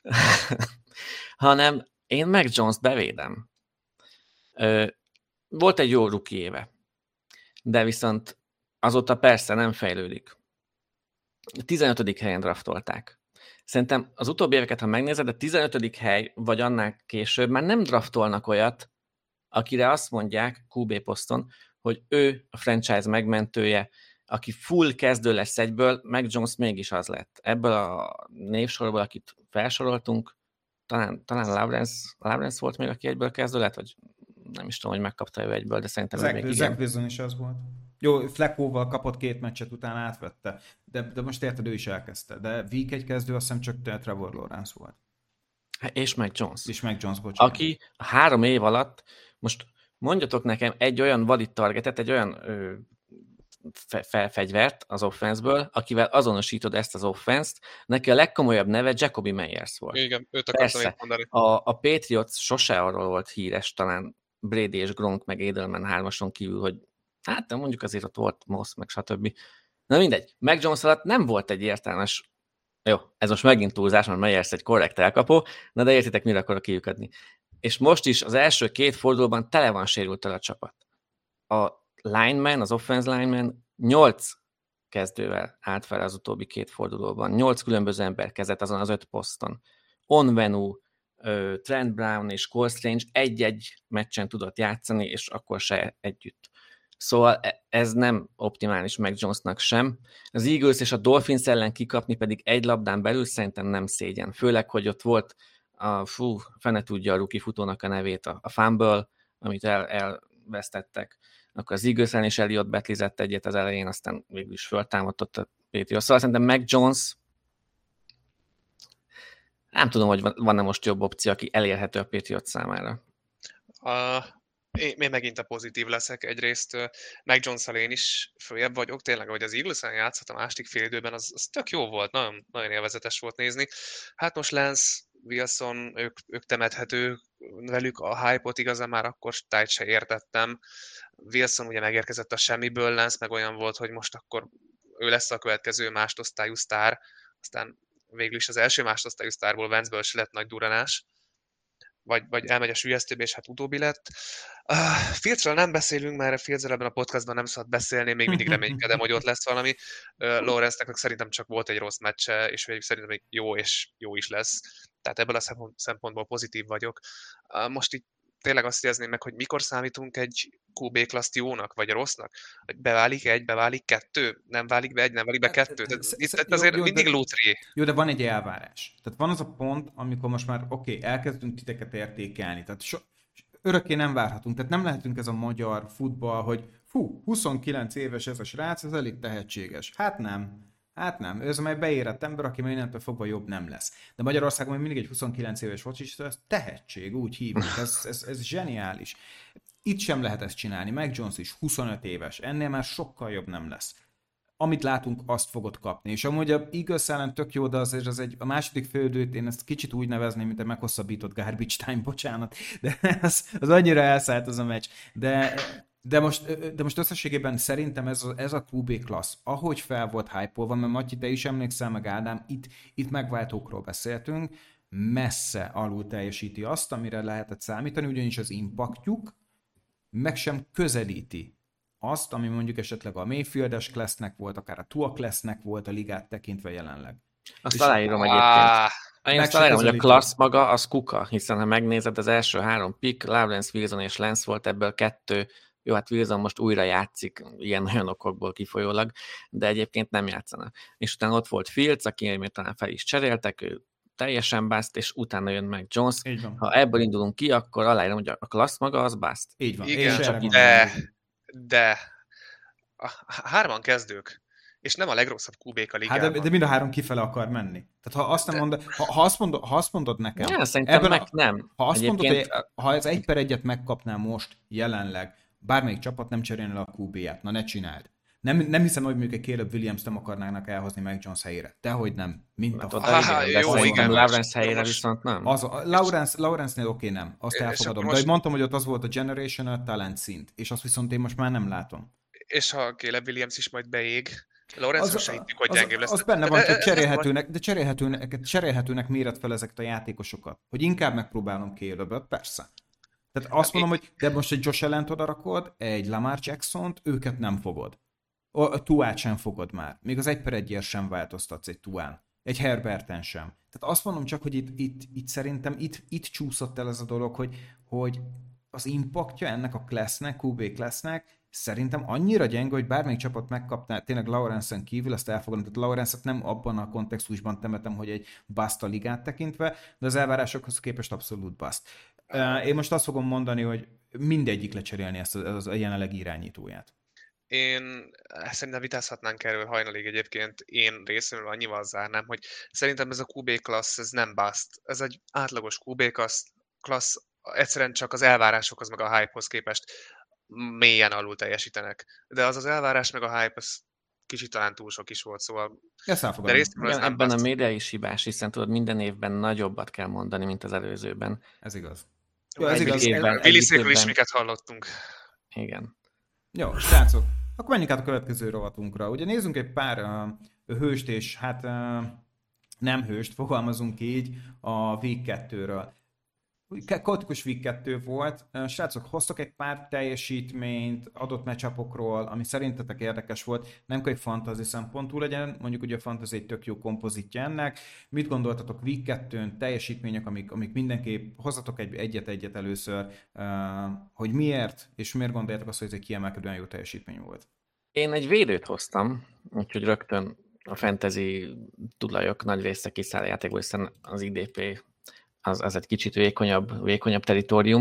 hanem én Mac Jones-t bevédem. Ö, volt egy jó rookie éve, de viszont azóta persze nem fejlődik. tizenötödik helyen draftolták. Szerintem az utóbbi éveket, ha megnézed, a tizenötödik hely, vagy annál később már nem draftolnak olyat, akire azt mondják kú bé poszton, hogy ő a franchise megmentője, aki full kezdő lesz egyből, Mac Jones mégis az lett. Ebből a névsorból, akit felsoroltunk, talán, talán Lawrence, Lawrence volt még, aki egyből kezdő lett, vagy nem is tudom, hogy megkapta ő egyből, de szerintem Zach, még igen. Zach Wilson is az volt. Jó, Flacco-val kapott két meccset, utána átvette, de, de most érted, ő is elkezdte. De week egy kezdő azt hiszem csak Trevor Lawrence volt. És Mac Jones. És Mac Jones, bocsánat. Aki a három év alatt, most mondjatok nekem egy olyan valid targetet, egy olyan ö, fe, fe, fegyvert az offenszből, akivel azonosítod ezt az offenszt, neki a legkomolyabb neve Jacoby Meyers volt. Igen, őt akartam Persze, mondani. a, a Patriots sose arról volt híres, talán Brady és Gronk meg Edelman hármason kívül, hogy hát mondjuk azért ott volt Moss, meg stb. Na mindegy, Mac Jones alatt nem volt egy értelmes, jó, ez most megint túlzás, mert Meyers egy korrekt elkapó, na de értitek, mire akarok kiukadni. És most is az első két fordulóban tele van sérültel a csapat. A lineman, az offense lineman nyolc kezdővel állt fel az utóbbi két fordulóban. Nyolc különböző ember kezdett azon az öt poszton. Onvenu, Trent Brown és Cole Strange egy-egy meccsen tudott játszani, és akkor se együtt. Szóval ez nem optimális Mac Jonesnak sem. Az Eagles és a Dolphins ellen kikapni pedig egy labdán belül szerintem nem szégyen. Főleg, hogy ott volt a, fú, fene tudja a rookie futónak a nevét, a, a fumble, amit el, elvesztettek. Akkor az Eagles ellen is Elliott betlizett egyet az elején, aztán végül is föltámadott a Patriots. Szóval szerintem Mac Jones, nem tudom, hogy van-e most jobb opció, aki elérhető a Patriots számára. Uh, én, én megint a pozitív leszek. Egyrészt uh, Mac Jones-szal én is följebb vagyok. Tényleg, hogy az Eagles-en játszott a második fél időben, az, az tök jó volt, nagyon, nagyon élvezetes volt nézni. Hát most Lance, Wilson, ők, ők temethetők velük, a hype-ot igazán már akkor tájt se értettem. Wilson ugye megérkezett a semmiből, Lance meg olyan volt, hogy most akkor ő lesz a következő másodosztályú sztár, aztán végül is az első másodosztályú sztárból, Vance-ből se lett nagy duranás, vagy, vagy elmegy a sülyeztőbe, és hát utóbbi lett. Uh, Fieldsről nem beszélünk, mert Fieldsről ebben a podcastban nem szabad beszélni, még mindig reménykedem, hogy ott lesz valami. Uh, Lawrence-nek szerintem csak volt egy rossz meccse, és szerintem még jó, és jó is lesz. Tehát ebből a szempontból pozitív vagyok. Uh, most így tényleg azt érezném meg, hogy mikor számítunk egy kú bé klaszt jónak, vagy rossznak? Hogy beválik egy, beválik kettő, nem válik be egy, nem válik be kettő. Tehát itt azért jó, mindig lótré. Jó, de van egy elvárás. Tehát van az a pont, amikor most már oké, okay, elkezdünk titeket értékelni. Tehát so, örökké nem várhatunk. Tehát nem lehetünk ez a magyar futball, hogy fú, huszonkilenc éves ez a srác, ez elég tehetséges. Hát nem. Hát nem. Ez már beérett ember, aki már innentől fogva jobb nem lesz. De Magyarországon még mindig egy huszonkilenc éves focisista, ez tehetség, úgy hívjuk. Ez, ez, ez zseniális. Itt sem lehet ezt csinálni. Mac Jones is huszonöt éves. Ennél már sokkal jobb nem lesz. Amit látunk, azt fogod kapni. És amúgy a Eagles ellen tök jó, de azért az egy, a második félidőt én ezt kicsit úgy nevezném, mint egy meghosszabbított garbage time, bocsánat. De az, az annyira elszállt az a meccs. De... De most, de most összességében szerintem ez a, ez a kú bé klassz, ahogy fel volt hype-olva, mert Matyi, te is emlékszel, meg Ádám, itt, itt megváltókról beszéltünk, messze alul teljesíti azt, amire lehetett számítani, ugyanis az impactjuk meg sem közelíti azt, ami mondjuk esetleg a Mayfield-es classnek volt, akár a Tua classnek volt a ligát tekintve jelenleg. Azt aláírom egyébként. Én azt aláírom, hogy a klassz maga az kuka, hiszen ha megnézed, az első három pick, Lawrence, Wilson és Lance volt, ebből kettő. Jó, hát Wilson most újra játszik, ilyen nagyon okokból kifolyólag, de egyébként nem játszanak. És utána ott volt Fields, aki még talán fel is cseréltek, ő teljesen bust, és utána jön meg Jones. Ha ebből indulunk ki, akkor aláírom, hogy a klassz maga az bust. Így van. Igen, csak de, de a hárman kezdők, és nem a legrosszabb kú bék a ligában. Hát de, de mind a három kifele akar menni. Tehát ha azt, nem mondod, ha, ha azt, mondod, ha azt mondod nekem... Ja, szerintem meg a, nem. Ha azt mondod, hogy ha ez egy per egyet megkapnál most, jelenleg, bármelyik csapat nem cserélne le a kú bé-ját. Na ne csináld. Nem, nem hiszem, hogy mondjuk egy Caleb Williams nem akarnának elhozni Mac Jones helyére. Dehogy nem. Mint a ha, jó, igen, Lawrence helyére viszont nem. Az, Lawrence, Lawrence-nél oké, okay, nem. Azt elfogadom. Most... De hogy mondtam, hogy ott az volt a generational talent szint. És azt viszont én most már nem látom. És ha Caleb Williams is majd beég, Lawrence se hittük, hogy gyengébb lesz. Az benne van, hogy cserélhetőnek, de cserélhetőnek, cserélhetőnek méret fel ezeket a játékosokat. Hogy inkább megpróbálom Calebet, persze. Tehát azt mondom, hogy de most egy Josh Allen-t odarakod, egy Lamar Jackson-t, őket nem fogod. A Tuát sem fogod már. Még az egy per egyért sem változtatsz egy Tuán. Egy Herberten sem. Tehát azt mondom csak, hogy itt, itt, itt szerintem itt, itt csúszott el ez a dolog, hogy, hogy az impactja ennek a classnek, kú bé classnek szerintem annyira gyenge, hogy bármelyik csapat megkapná, tényleg Lawrence-en kívül, azt elfogadom, tehát Lawrence-et nem abban a kontextusban temetem, hogy egy bust a ligát tekintve, de az elvárásokhoz képest abszolút bust. Én most azt fogom mondani, hogy mindegyik lecserélni ezt a, a jelenleg irányítóját. Én szerintem vitázhatnánk erről hajnalig egyébként, én részemről annyival zárnám, hogy szerintem ez a kú bé klassz, ez nem bust. Ez egy átlagos kú bé klassz, egyszerűen csak az elvárásokhoz meg a hype-hoz képest mélyen alul teljesítenek. De az az elvárás meg a hype, az kicsit talán túl sok is volt, szóval... De részemről ebben bust. A média is hibás, hiszen tudod, minden évben nagyobbat kell mondani, mint az előzőben. Ez igaz. Jó, ez igaz. Willi székről is miket hallottunk. Igen. Jó, srácok, akkor menjünk át a következő rovatunkra. Ugye nézzünk egy pár uh, hőst, és hát uh, nem hőst, fogalmazunk így a Week kettőről. kaotikus week kettő volt. Srácok, hoztok egy pár teljesítményt adott matchupokról, ami szerintetek érdekes volt, nem kell, hogy fantasy szempontú legyen, mondjuk ugye a fantasy egy tök jó kompozitja ennek. Mit gondoltatok week kettőn, teljesítmények, amik, amik mindenképp, hozzatok egy, egyet-egyet először, uh, hogy miért, és miért gondoljátok azt, hogy ez egy kiemelkedően jó teljesítmény volt? Én egy védőt hoztam, úgyhogy rögtön a fantasy tulajok nagy része kiszáll a játékból, hiszen az i dé pé az, az egy kicsit vékonyabb, vékonyabb teritorium.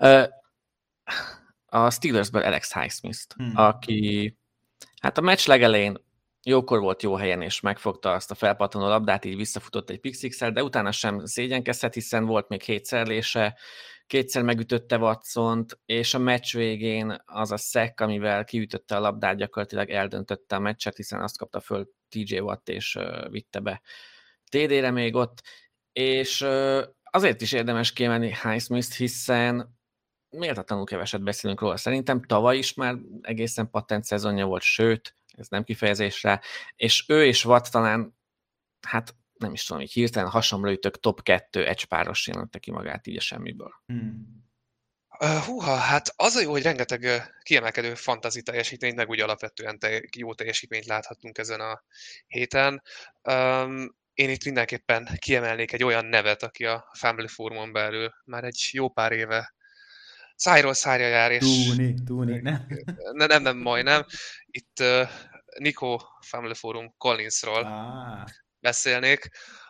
A Steelersből Alex Highsmith, hmm. aki hát a meccs legelején jókor volt jó helyen, és megfogta azt a felpattanó labdát, így visszafutott egy pick six-el, de utána sem szégyenkezhet, hiszen volt még hét szerlése, kétszer megütötte Watsont, és a meccs végén az a sack, amivel kiütötte a labdát, gyakorlatilag eldöntötte a meccset, hiszen azt kapta föl té jé Watt, és uh, vitte be té dére még ott, és uh, azért is érdemes kiemelni Highsmith, hiszen méltatlanul keveset beszélünk róla. Szerintem tavaly is már egészen patent szezonja volt, sőt, ez nem kifejezésre, és ő és Watt talán, hát nem is tudom, így hirtelen hasonló ütök top kettő edge-páros jelentette ki magát így a semmiből. Hmm. Uh, húha, hát az a jó, hogy rengeteg uh, kiemelkedő fantasy teljesítményt, meg úgy alapvetően te- jó teljesítményt láthattunk ezen a héten. Um, én itt mindenképpen kiemelnék egy olyan nevet, aki a Family Forumon belül már egy jó pár éve szájról szájra jár, és... Túni, túni, nem? Ne, nem, nem, majdnem. Itt uh, Nico Family Forum Collinsról ah. beszélnék,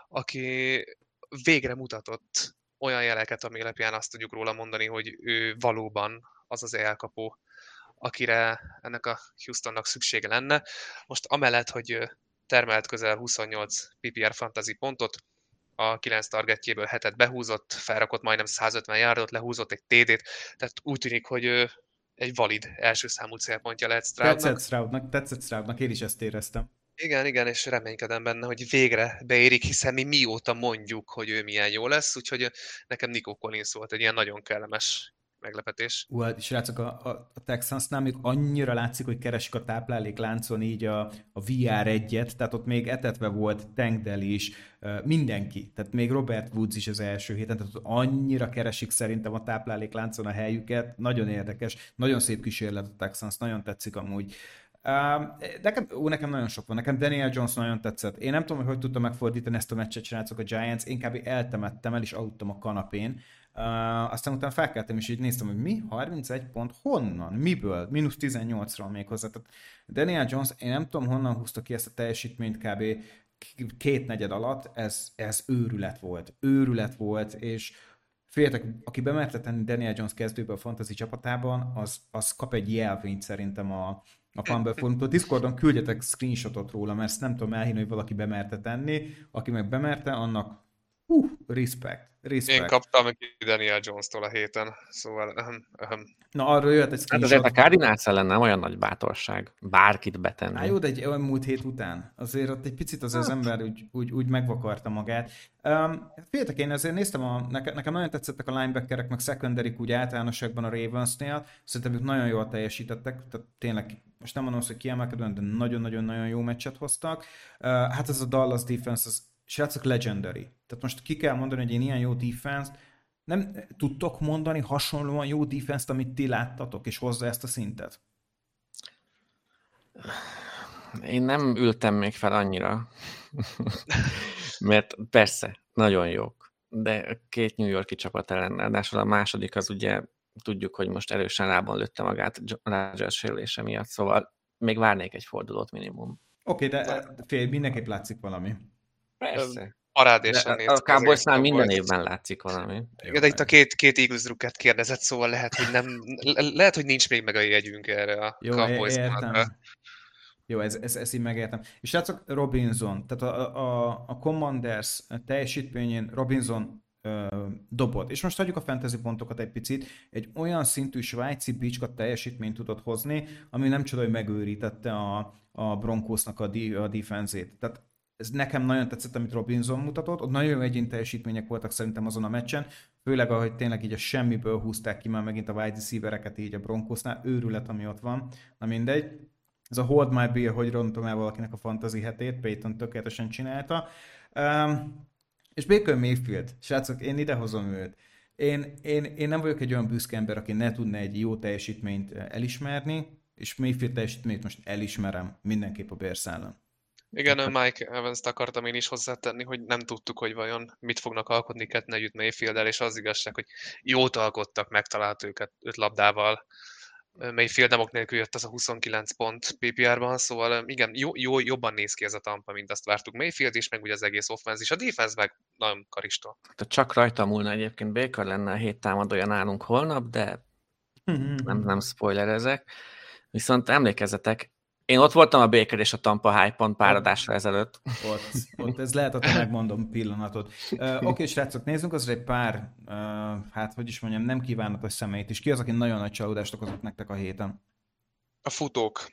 aki végre mutatott olyan jeleket, ami alapján azt tudjuk róla mondani, hogy ő valóban az az elkapó, akire ennek a Houstonnak szüksége lenne. Most amellett, hogy termelt közel huszonnyolc pé pé er fantasy pontot, a kilenc targetjéből hetet behúzott, felrakott majdnem százötven yardot, lehúzott egy té dét, tehát úgy tűnik, hogy egy valid első számú célpontja lehet Stroudnak. Tetszett Stroudnak, tetszett Stroudnak, én is ezt éreztem. Igen, igen, és reménykedem benne, hogy végre beérik, hiszen mi mióta mondjuk, hogy ő milyen jó lesz, úgyhogy nekem Nico Collins volt egy ilyen nagyon kellemes meglepetés. Ú, uh, srácok, a, a, a Texansnál még annyira látszik, hogy keresik a táplálékláncon így a, a vé er egyet, tehát ott még etetve volt Tank Dell is, uh, mindenki, tehát még Robert Woods is az első héten, tehát ott annyira keresik szerintem a táplálékláncon a helyüket, nagyon érdekes, nagyon szép kísérlet a Texans, nagyon tetszik amúgy. Uh, nekem, ó, nekem nagyon sok van. Nekem Daniel Jones nagyon tetszett. Én nem tudom, hogy hogy tudtam megfordítani ezt a meccset, srácok, a Giants. Én kb. eltemettem, el is aludtam a kanapén. Uh, aztán utána felkeltem, és így néztem, hogy mi? harmincegy pont? Honnan? Miből? mínusz tizennyolcról még hozzá. Tehát Daniel Jones, én nem tudom, honnan húzta ki ezt a teljesítményt kb. Két negyed alatt. Ez, ez őrület volt. Őrület volt, és féltek, aki bemerte tenni Daniel Jones kezdőbe a fantasy csapatában, az, az kap egy jelvényt szerintem a a Fumble Forumtól. Discordon küldjetek screenshotot róla, mert ezt nem tudom elhinni, hogy valaki bemerte tenni. Aki meg bemerte, annak hú, respect, respect. Én kaptam ki Daniel Jones-tól a héten, szóval... Um, um. Na, arról jöhet egy screenshot. Hát azért a Cardinals ellen nem olyan nagy bátorság bárkit betenni. Há, jó, de egy olyan múlt hét után. Azért ott egy picit az, hát. az ember úgy, úgy, úgy megvakarta magát. Um, Féltek, én azért néztem, a, nekem, nekem nagyon tetszettek a linebackerek, meg secondary úgy általánosságban a Ravensnél. Szerintem ők nagyon jól teljesítettek, tehát tényleg most nem mondom, hogy kiemelkedően, de nagyon-nagyon-nagyon jó meccset hoztak. Uh, hát ez a Dallas defense, az srácok legendary. Tehát most ki kell mondani, hogy én ilyen jó defense-t, nem tudtok mondani hasonlóan jó defense-t, amit ti láttatok, és hozza ezt a szintet? Én nem ültem még fel annyira, mert persze, nagyon jók, de két New York-i csapat ellen, ráadásul a második az ugye tudjuk, hogy most erősen lábon lőtte magát Rodgers sérülése miatt, szóval még várnék egy fordulót minimum. Oké, okay, de fél, mindenképp látszik valami. Persze. Parádésen néz. A Cowboysnál minden évben látszik valami. Jó, de itt a két, két Eagles drukkert kérdezett, szóval lehet, hogy nem, lehet, hogy nincs még meg a jegyünk erre a Cowboysnál. Jó, ez, ez, ezt így megértem. És látszok Robinson, tehát a, a, a Commanders teljesítményén Robinson ö, dobott. És most hagyjuk a fantasy pontokat egy picit. Egy olyan szintű svájci bicska teljesítményt tudott hozni, ami nem csoda, hogy megőrítette a, a Broncosnak a, di, a defense-ét. Tehát ez nekem nagyon tetszett, amit Robinson mutatott. Ott nagyon jó egyén teljesítmények voltak szerintem azon a meccsen, főleg ahogy tényleg így a semmiből húzták ki már megint a wide receivereket így a Broncosnál. Őrület, ami ott van. Na mindegy. Ez a Hold My Beer, hogy rontom el valakinek a fantasy hetét, Peyton tökéletesen csinálta. Um, és Baker Mayfield, srácok, én idehozom őt. Én, én, én nem vagyok egy olyan büszke ember, aki ne tudna egy jó teljesítményt elismerni, és Mayfield teljesítményt most elismerem mindenképp a Bears ellen. Igen, Mike Evans-t akartam én is hozzátenni, hogy nem tudtuk, hogy vajon mit fognak alkotni ketten együtt Mayfield-el, és az igazság, hogy jót alkottak, megtalált őket öt labdával. Mayfield nem ok nélkül jött az a huszonkilenc pont pé pé er-ban, szóval igen, jó, jó, jobban néz ki ez a Tampa, mint azt vártuk Mayfield is, meg ugye az egész offense is. A defense meg nagyon karista. Csak rajta múlna egyébként, Baker lenne a hét támadója nálunk holnap, de nem, nem spoilerezek. Viszont emlékezzetek, én ott voltam a Baker és a Tampa Hype-on pár adásra ezelőtt. Ott, ott ez lehet, hogy megmondom pillanatot. Uh, Oké, okay, srácok, nézzünk azért egy pár, uh, hát hogy is mondjam, nem kívánatos személyt is. Ki az, aki nagyon nagy csalódást okozott nektek a héten? A futók.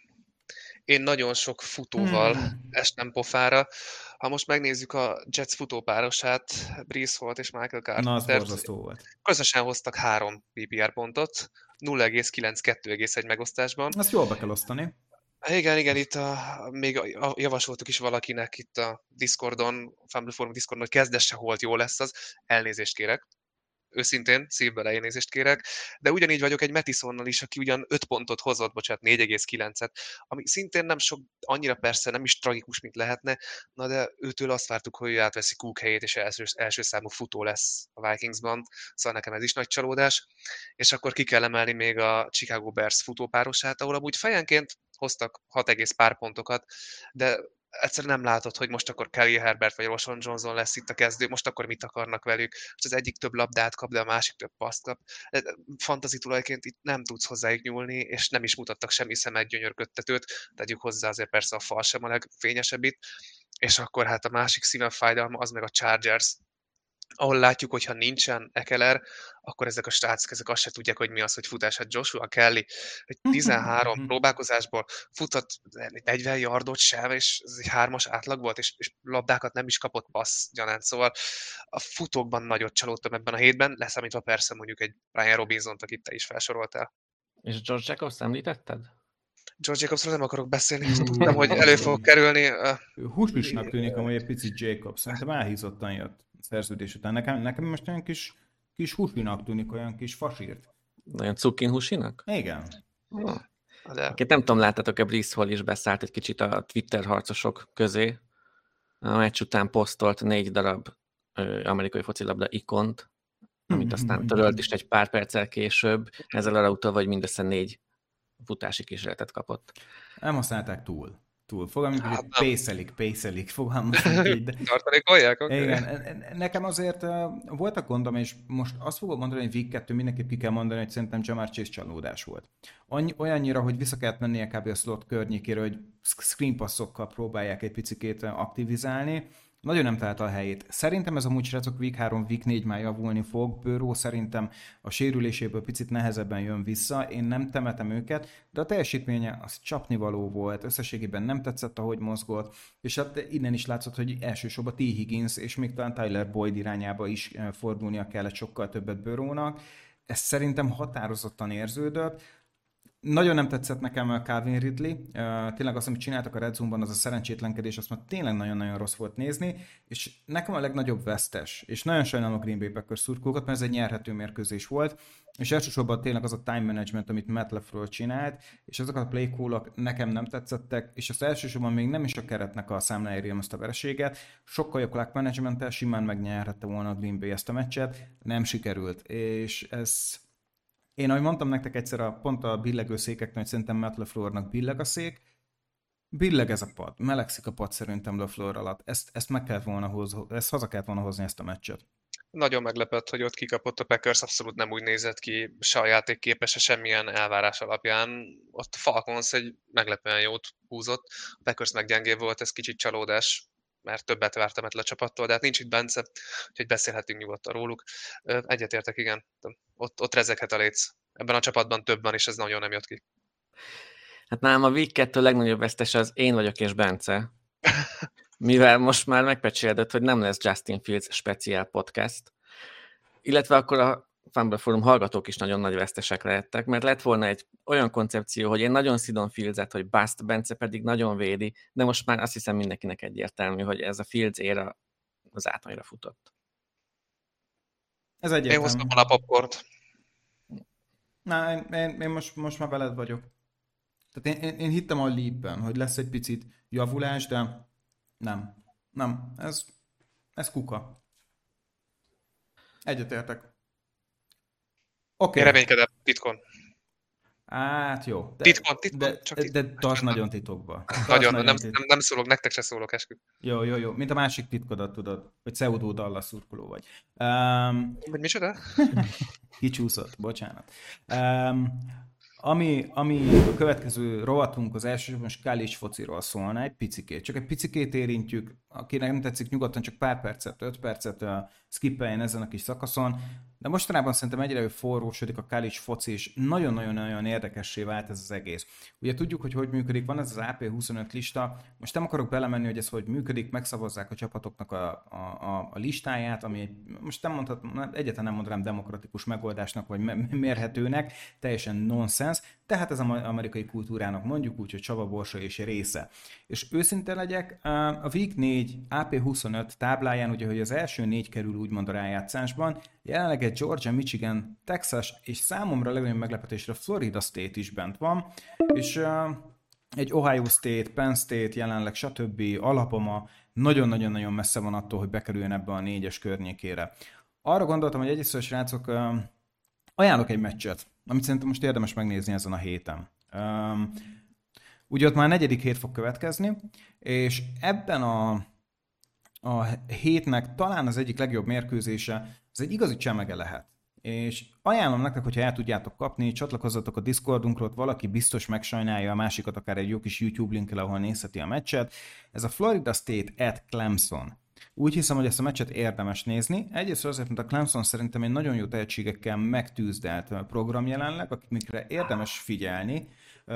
Én nagyon sok futóval hmm. estem pofára. Ha most megnézzük a Jets futópárosát, Breece Hall és Michael Carter. Na, az borzasztó volt. Közösen hoztak három pé pé er pontot, nulla egész kilenc kettő egész egy megosztásban. Azt jól be kell osztani. Igen, igen, itt a, még a, a, javasoltuk is valakinek itt a Discordon, a Family Forum Discordon, hogy kezdesse Holt, jó lesz az. Elnézést kérek. Őszintén, szívből elnézést kérek, de ugyanígy vagyok egy Mattisonnal is, aki ugyan öt pontot hozott, bocsánat, négy egész kilencet, ami szintén nem sok, annyira persze nem is tragikus, mint lehetne, na de őtől azt vártuk, hogy ő átveszi Cook helyét, és első, első számú futó lesz a Vikingsban, szóval nekem ez is nagy csalódás, és akkor ki kell emelni még a Chicago Bears futópárosát, ahol amúgy fejenként hoztak hat egész pár pontokat, de egyszerűen nem látod, hogy most akkor Kelly Herbert vagy Roschon Johnson lesz itt a kezdő, most akkor mit akarnak velük. Most az egyik több labdát kap, de a másik több paszt kap. Fantasy tulajként itt nem tudsz hozzájuk nyúlni, és nem is mutattak semmi szemet gyönyörködtetőt, tegyük hozzá azért persze a fal sem a legfényesebb itt. És akkor hát a másik szívemfájdalma az meg a Chargers, ahol látjuk, hogy ha nincsen Ekeler, akkor ezek a srácok, ezek azt se tudják, hogy mi az, hogy futás. Hát Joshua Kelly egy tizenhárom próbálkozásból futott negyven yardot sem, és ez egy hármas átlag volt, és, és labdákat nem is kapott passz gyanánt. Szóval a futókban nagyot csalódtam ebben a hétben, leszámítva persze mondjuk egy Brian Robinsont, akit te is felsoroltál. És George Jacobs említetted? George Jacobsról nem akarok beszélni, uh, tudtam, hogy elő fog kerülni. Húslisnak tűnik amúgy egy picit Jacobs, szerintem elhízottan jött szerződés után. Nekem, nekem most olyan kis, kis húsinak tűnik, olyan kis fasírt. Olyan cukin húsinak? Igen. Oh. De... nem tudom, láttatok-e, Breece Hall is beszállt egy kicsit a Twitter harcosok közé. A meccs után posztolt négy darab ö, amerikai focilabda ikont, amit aztán törölt is egy pár perccel később, ezzel arra utalva, hogy mindössze négy futási kísérletet kapott. Nem használták túl. túl. Fogalmunk, hát hogy pészelik, pészelik, fogalmazunk így. De... Tartalékolják? Okay. Igen, nekem azért uh, voltak gondom, és most azt fogom mondani, hogy week kettő mindenképp ki kell mondani, hogy szerintem Jamar Chase csalódás volt. Annyi, olyannyira, hogy vissza kellett mennie kb. A slot környékére, hogy screen passzokkal próbálják egy picikét aktivizálni. Nagyon nem találta a helyét. Szerintem ez amúgy, srácok, week három, week négy már javulni fog. Burrow szerintem a sérüléséből picit nehezebben jön vissza. Én nem temetem őket, de a teljesítménye az csapnivaló volt. Összességében nem tetszett, ahogy mozgott, és hát innen is látszott, hogy elsősorban T. Higgins és még talán Tyler Boyd irányába is fordulnia kellett sokkal többet Burrownak. Ez szerintem határozottan érződött. Nagyon nem tetszett nekem a Calvin Ridley. Uh, tényleg azt, amit csináltak a Red Zone-ban, az a szerencsétlenkedés, azt már tényleg nagyon-nagyon rossz volt nézni, és nekem a legnagyobb vesztes, és nagyon sajnálom a Green Bay Packers szurkolókat, mert ez egy nyerhető mérkőzés volt, és elsősorban tényleg az a time management, amit Matt LaFleur csinált, és azok a play call-ok nekem nem tetszettek, és az elsősorban még nem is a keretnek a számlájára írjam azt a vereséget, sokkal jobb clock management-tel simán megnyerhette volna a Green Bay ezt a meccset, nem sikerült, és ez... Én, ahogy mondtam nektek egyszer, a, pont a billegő székeknek, hogy szerintem Matt LaFleurnak billeg a szék, billeg ez a pad, melegszik a pad szerintem LaFleur alatt. Ezt, ezt meg kellett volna hozni, ezt haza kellett volna hozni ezt a meccset. Nagyon meglepett, hogy ott kikapott a Packers, abszolút nem úgy nézett ki, se a játék képes, semmilyen elvárás alapján. Ott a Falcons egy meglepően jót húzott, a Packers meg gyengébb volt, ez kicsit csalódás, mert többet vártam ettől a csapattól, de hát nincs itt Bence, úgyhogy beszélhetünk nyugodtan róluk. Egyetértek, igen, ott, ott rezeghet a léc. Ebben a csapatban több van, és ez nagyon nem jött ki. Hát nálam a week kettő legnagyobb vesztes az én vagyok és Bence. Mivel most már megpecséldött, hogy nem lesz Justin Fields speciál podcast, illetve akkor a Fumble Forum hallgatók is nagyon nagy vesztesek lehettek, mert lett volna egy olyan koncepció, hogy én nagyon szidom Fields-et, hogy bust, Bence pedig nagyon védi, de most már azt hiszem mindenkinek egyértelmű, hogy ez a Fields éra az átonyra futott. Ez Én egyértelmű. hoztam volna a popcornt. Na, én, én, én most, most már veled vagyok. Tehát én, én, én hittem a Leap-ben, hogy lesz egy picit javulás, de nem. Nem. Ez, ez kuka. Egyetértek. Oké. Én Okay. reménykedem titkon. Hát jó. De, Titkon, titkon, de, csak de, titkon. de tartsd nagyon titokba. Tartsd Nagyon, nagyon nem, tit- nem, nem szólok, nektek se szólok, eskü. Jó, jó, jó. Mint a másik titkodat tudod, hogy pseudo Dallas szurkoló vagy. Um, Vagy micsoda? kicsúszott, bocsánat. Um, ami, ami a következő rovatunk az elsősorban college fociról szólna, egy picikét. Csak egy picikét érintjük, akinek nem tetszik, nyugodtan csak pár percet, öt percet uh, skippeljen ezen a kis szakaszon. De mostanában szerintem egyre forrósodik a college foci, és nagyon-nagyon-nagyon érdekessé vált ez az egész. Ugye tudjuk, hogy hogy működik, van ez az á pé huszonöt lista, most nem akarok belemenni, hogy ez hogy működik, megszavazzák a csapatoknak a, a, a, a listáját, ami egy, most nem mondhatom, egyáltalán nem mondanám demokratikus megoldásnak, vagy mérhetőnek, teljesen nonsens, tehát ez az amerikai kultúrának mondjuk úgy, hogy Csaba Borsa és része. És őszinte legyek, a Week négy á pé huszonöt tábláján, ugye, hogy az első négy kerül úgymond a rájátszásban, jelenleg egy Georgia, Michigan, Texas, és számomra legnagyobb meglepetésre Florida State is bent van, és uh, egy Ohio State, Penn State jelenleg, stb. Alabama nagyon-nagyon-nagyon messze van attól, hogy bekerüljön ebbe a négyes környékére. Arra gondoltam, hogy egyrészt, srácok, uh, ajánlok egy meccset, amit szerintem most érdemes megnézni ezen a héten. Um, ugye ott már a negyedik hét fog következni, és ebben a, a hétnek talán az egyik legjobb mérkőzése, ez egy igazi csemege lehet. És ajánlom nektek, hogyha el tudjátok kapni, csatlakozzatok a Discordunkra, ott valaki biztos megsajnálja a másikat, akár egy jó kis YouTube linkkel, ahol nézheti a meccset. Ez a Florida State at Clemson. Úgy hiszem, hogy ezt a meccset érdemes nézni. Egyrészt azért, mert a Clemson szerintem egy nagyon jó tehetségekkel megtűzdelt program jelenleg, akikre érdemes figyelni.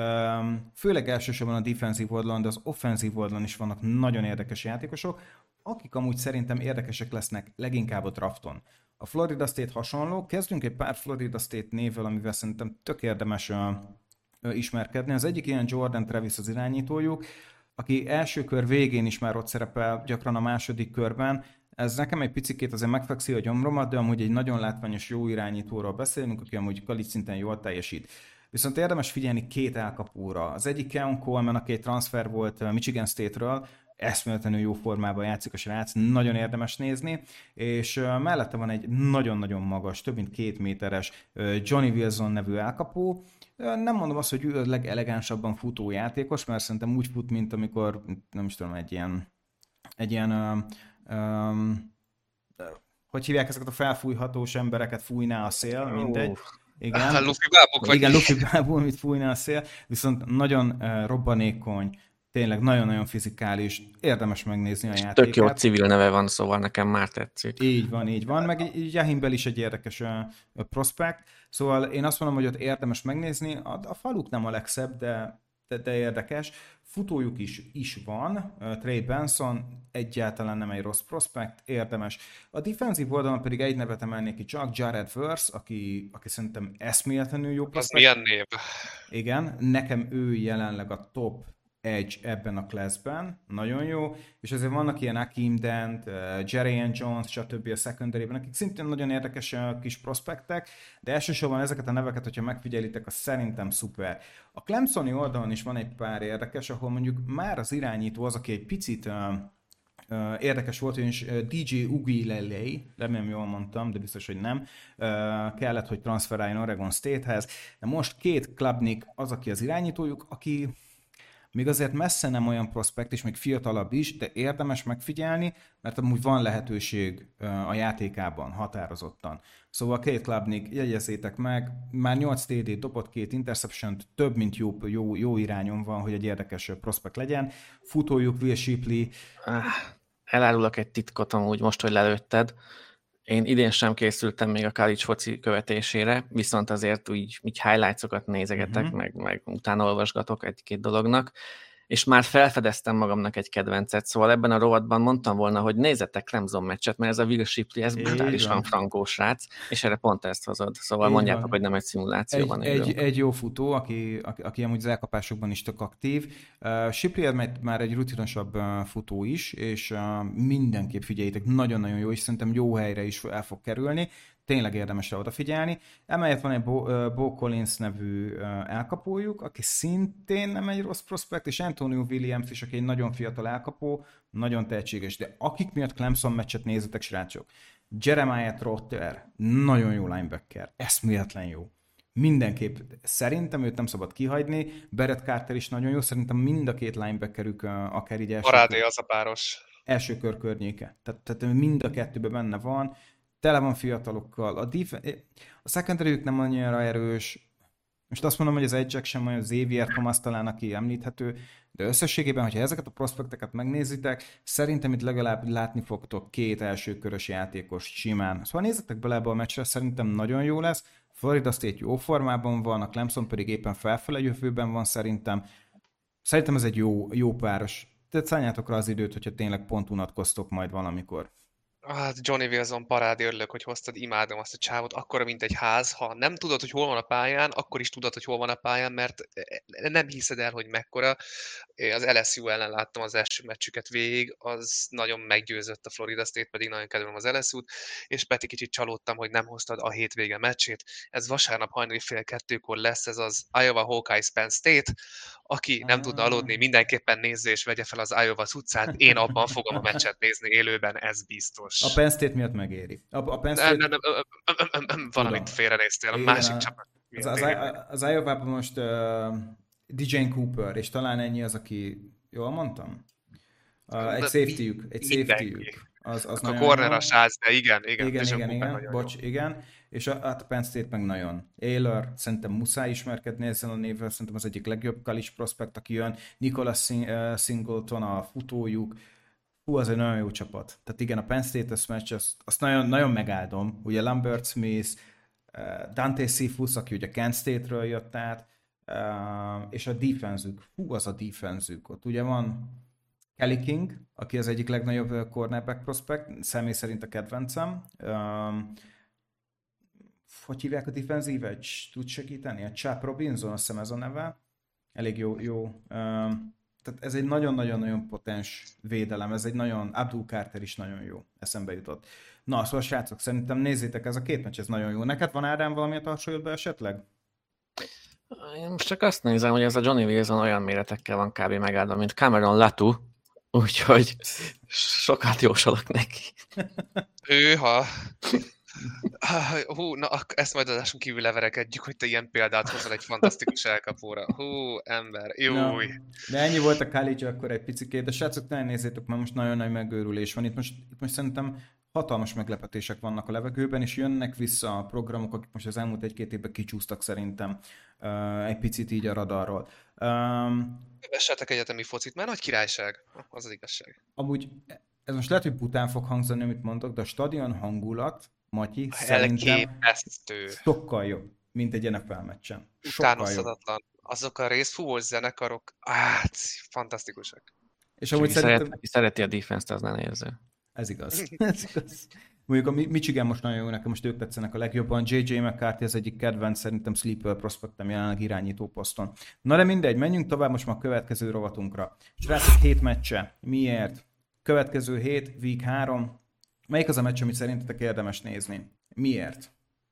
Főleg elsősorban a defensív oldalon, de az offenzív oldalon is vannak nagyon érdekes játékosok, akik amúgy szerintem érdekesek lesznek leginkább a drafton. A Florida State hasonló, kezdünk egy pár Florida State névvel, amivel szerintem tök érdemes uh, uh, ismerkedni. Az egyik ilyen Jordan Travis az irányítójuk, aki első kör végén is már ott szerepel, gyakran a második körben. Ez nekem egy picikét azért megfekszi a gyomromat, de amúgy egy nagyon látványos jó irányítóról beszélünk, aki amúgy college szinten jól teljesít. Viszont érdemes figyelni két elkapóra. Az egyik Keon Coleman, aki egy transfer volt Michigan State-ről, eszméletlenül jó formában játszik a srác, nagyon érdemes nézni, és uh, mellette van egy nagyon-nagyon magas, több mint két méteres uh, Johnny Wilson nevű elkapó. Uh, nem mondom azt, hogy ő a legelegánsabban futó játékos, mert szerintem úgy fut, mint amikor, nem is tudom, egy ilyen, egy ilyen uh, um, uh, hogy hívják ezeket a felfújhatós embereket, fújná a szél, mindegy. Oh. Igen, Luffy bábuk, vagy igen, Luffy bábul, amit fújná a szél, viszont nagyon uh, robbanékony, tényleg nagyon-nagyon fizikális, érdemes megnézni a játékát. Tök jó civil neve van, szóval nekem már tetszik. Így van, így van, meg Jahimbel is egy érdekes uh, prospekt, szóval én azt mondom, hogy ott érdemes megnézni, a, a faluk nem a legszebb, de, de, de érdekes. Futójuk is, is van, uh, Trey Benson egyáltalán nem egy rossz prospekt, érdemes. A defensív oldalon pedig egy nevet emelnék ki, csak Jared Verse, aki, aki szerintem eszméletlenül jó prospekt. Az milyen név? Igen, nekem ő jelenleg a top edge ebben a classben, nagyon jó, és azért vannak ilyen Akeem Dent, uh, Jerian Jones, stb. A secondary-ben, akik szintén nagyon érdekes uh, kis prospektek, de elsősorban ezeket a neveket, hogyha megfigyelitek, az szerintem szuper. A Clemsoni oldalon is van egy pár érdekes, ahol mondjuk már az irányító az, aki egy picit uh, uh, érdekes volt, és uh, dé jé Uiagalelei, remélem jól mondtam, de biztos, hogy nem, uh, kellett, hogy transferáljon Oregon State-hez, de most két Klubnik az, aki az irányítójuk, aki még azért messze nem olyan prospekt, és még fiatalabb is, de érdemes megfigyelni, mert amúgy van lehetőség a játékában határozottan. Szóval Kate Klubnik, jegyezzétek meg, már nyolc té dét dobott, két interception-t, több mint jó, jó, jó irányon van, hogy egy érdekes prospekt legyen. Futójuk Will Shipley. Elárulok egy titkot amúgy most, hogy lelőtted. Én idén sem készültem még a college foci követésére, viszont azért úgy, úgy highlights-okat nézegetek, uh-huh. meg, meg utána olvasgatok egy-két dolognak, és már felfedeztem magamnak egy kedvencet, szóval ebben a rovatban mondtam volna, hogy nézzetek Clemson meccset, mert ez a Will Shipley, ez brutálisan frankó srác, és erre pont ezt hozod, szóval így mondjátok, van. Hogy nem egy szimulációban egy, egy, egy jó futó, aki, aki, aki amúgy az elkapásokban is tök aktív. Uh, Shipley már egy rutinosabb uh, futó is, és uh, mindenképp figyeljétek, nagyon-nagyon jó, és szerintem jó helyre is el fog kerülni. tényleg érdemes rá odafigyelni. Emellett van egy Bo, Bo Collins nevű elkapójuk, aki szintén nem egy rossz prospekt, és Antonio Williams is, aki egy nagyon fiatal elkapó, nagyon tehetséges, de akik miatt Clemson meccset nézzetek, srácok, Jeremiah Trotter, nagyon jó linebacker, eszméletlen jó. Mindenképp szerintem őt nem szabad kihagyni, Barrett Carter is nagyon jó, szerintem mind a két linebackerük akár így első Parádé az a páros. első kör környéke. Tehát, tehát mind a kettőben benne van, tele van fiatalokkal. A, def- a secondary-ük nem annyira erős. Most azt mondom, hogy az edge sem olyan, Xavier Thomas talán, aki említhető, de összességében, hogyha ezeket a prospekteket megnézitek, szerintem itt legalább látni fogtok két elsőkörös játékos simán. Szóval nézzetek bele ebbe a meccsre, szerintem nagyon jó lesz. Florida State jó formában van, a Clemson pedig éppen felfele jövőben van szerintem. Szerintem ez egy jó, jó páros. Tehát szálljátok rá az időt, hogyha tényleg pont unatkoztok majd valamikor. Hát Johnny Wilson parádi, örülök, hogy hoztad, imádom azt a csávot, akkora, mint egy ház. Ha nem tudod, hogy hol van a pályán, akkor is tudod, hogy hol van a pályán, mert nem hiszed el, hogy mekkora. Én az el es u ellen láttam az első meccsüket végig, az nagyon meggyőzött, a Florida State pedig nagyon kedvelem az el es u-t, és Peti, kicsit csalódtam, hogy nem hoztad a hétvége meccsét. Ez vasárnap hajnali fél kettőkor lesz, ez az Iowa Hawkeyes Penn State. Aki nem tudna aludni, mindenképpen nézze és vegye fel az Iowa utcát. Én abban fogom a meccset nézni élőben, ez biztos. A Penn State miatt megéri. A, a Penn State... Nem, nem, nem, nem, valamit félrenéztél, a Igen, másik a- csapat. Az, az, az Iowa-ban most uh, dé jé Cooper, és talán ennyi az, aki... Jól mondtam? Uh, egy De safety-ük. Egy mindenki. safety-ük. Az, az A nagyon corner jó. a srác, de igen, igen. Igen, Dijon igen, Cooper igen, nagyon bocs, jó. igen. És a, hát a Penn State meg nagyon. Taylor, szerintem muszáj ismerkedni ezzel a névvel, szerintem az egyik legjobb college prospect, aki jön. Nicholas Sing- uh, Singleton, a futójuk. Hú, az egy nagyon jó csapat. Tehát igen, a Penn State-es meccs, azt, azt nagyon, nagyon megáldom. Ugye Lambert Smith, uh, Dante Cephus, aki ugye Kent State-ről jött át, uh, és a defense-ük. Hú, az a defense-ük. Ott ugye van Kelly King, aki az egyik legnagyobb cornerback prospect, személy szerint a kedvencem. Um, hogy hívják a defensive edge? Tud segíteni? A Chap Robinson, azt hiszem ez a neve. Elég jó. jó. Um, tehát ez egy nagyon-nagyon-nagyon potens védelem, ez egy nagyon, Abdul Carter is nagyon jó, eszembe jutott. Na, szóval srácok, szerintem nézzétek, ez a két meccs, ez nagyon jó. Neked van, Ádám, valami a tartsoljod be esetleg? Én most csak azt nézem, hogy ez a Johnny Wilson olyan méretekkel van kb. Megáldva, mint Cameron Latu, úgyhogy sokat jósolok neki. Hűha. Hú, na, ak- ezt majd adásunk kívül leverekedjük, hogy te ilyen példát hozol egy fantasztikus elkapóra. Hú, ember, Na, júj. de ennyi volt a college akkor egy picikét, de srácok, ne nézzétek, mert most nagyon nagy megőrülés van. Itt most, itt most szerintem hatalmas meglepetések vannak a levegőben, és jönnek vissza a programok, akik most az elmúlt egy-két évben kicsúsztak szerintem uh, egy picit így a radarról. Um, Vessetek egyetemi focit, mert nagy királyság. Az az igazság. amúgy ez most lehet, hogy bután fog hangzani, amit mondok, de a stadion hangulat, Matyi, szerintem Elképesztő. sokkal jobb, mint egy en ef el meccsen. Sokkal jobb. Utánozhatatlan. Azok a részfúvós zenekarok, hát, fantasztikusak. És Aki, amúgy szeret, szerintem... aki szereti a defense-t, az ne nézze. Ez igaz. Ez igaz. Mondjuk a Michigan most nagyon jó, nekem most ők tetszenek a legjobban. jé jé McCarthy az egyik kedvenc, szerintem sleeper prospektem jelenleg irányító poszton. Na de mindegy, menjünk tovább most már a következő rovatunkra. Srácok, hét meccse. Miért? Következő hét, week három. Melyik az a meccs, amit szerintetek érdemes nézni? Miért?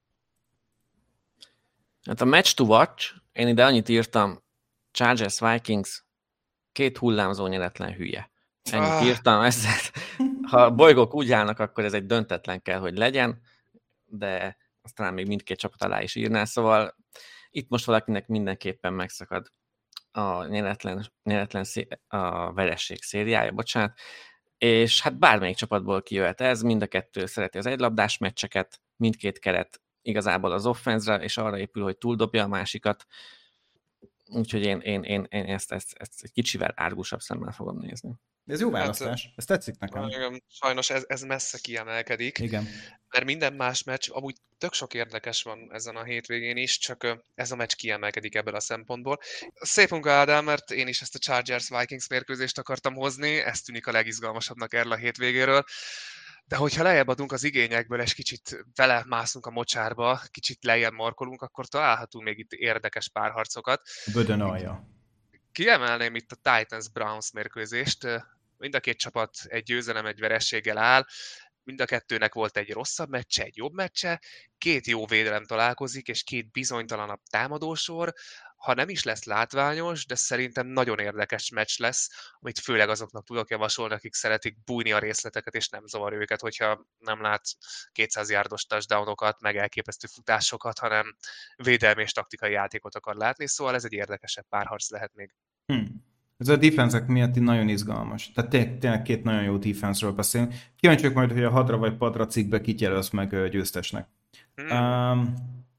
Hát a match to watch, én ide annyit írtam, Chargers Vikings, két hullámzó nyeretlen hülye. Ennyit Ah. írtam ezzel. Ha a bolygók úgy állnak, akkor ez egy döntetlen kell, hogy legyen, de azt talán még mindkét csapat alá is írná, szóval itt most valakinek mindenképpen megszakad a nyeretlen, nyeretlen szé- a veresség szériája, bocsánat, és hát bármelyik csapatból kijöhet ez, mind a kettő szereti az egylabdás meccseket, mindkét keret igazából az offense-re, és arra épül, hogy túldobja a másikat, úgyhogy én, én, én, én ezt, ezt, ezt egy kicsivel árgusabb szemmel fogom nézni. Ez jó választás. Ez tetszik nekem. Igen, sajnos ez, ez messze kiemelkedik, Igen. mert minden más meccs, amúgy tök sok érdekes van ezen a hétvégén is, csak ö, ez a meccs kiemelkedik ebből a szempontból. Szép munka, Ádám, mert én is ezt a Chargers-Vikings mérkőzést akartam hozni, ez tűnik a legizgalmasabbnak erről a hétvégéről. De hogyha lejjebb adunk az igényekből, és kicsit belemászunk a mocsárba, kicsit lejjebb markolunk, akkor találhatunk még itt érdekes párharcokat. Bödön alja. Kiemelném itt a Titans-Browns mérkőzést. Mind a két csapat egy győzelem, egy verességgel áll. mind a kettőnek volt egy rosszabb meccse, egy jobb meccse, két jó védelem találkozik, és két bizonytalanabb támadósor, ha nem is lesz látványos, de szerintem nagyon érdekes meccs lesz, amit főleg azoknak tudok javasolni, akik szeretik bújni a részleteket, és nem zavar őket, hogyha nem lát kétszáz yardos touchdownokat, meg elképesztő futásokat, hanem védelmi és taktikai játékot akar látni, szóval ez egy érdekesebb párharc lehet még. Hm. Ez a defensek miatt nagyon izgalmas. Tehát tényleg, tényleg két nagyon jó defense-ről beszélünk. Kíváncsiak majd, hogy a hadra vagy padra cikkbe kit jelölsz meg győztesnek. Hmm. Um,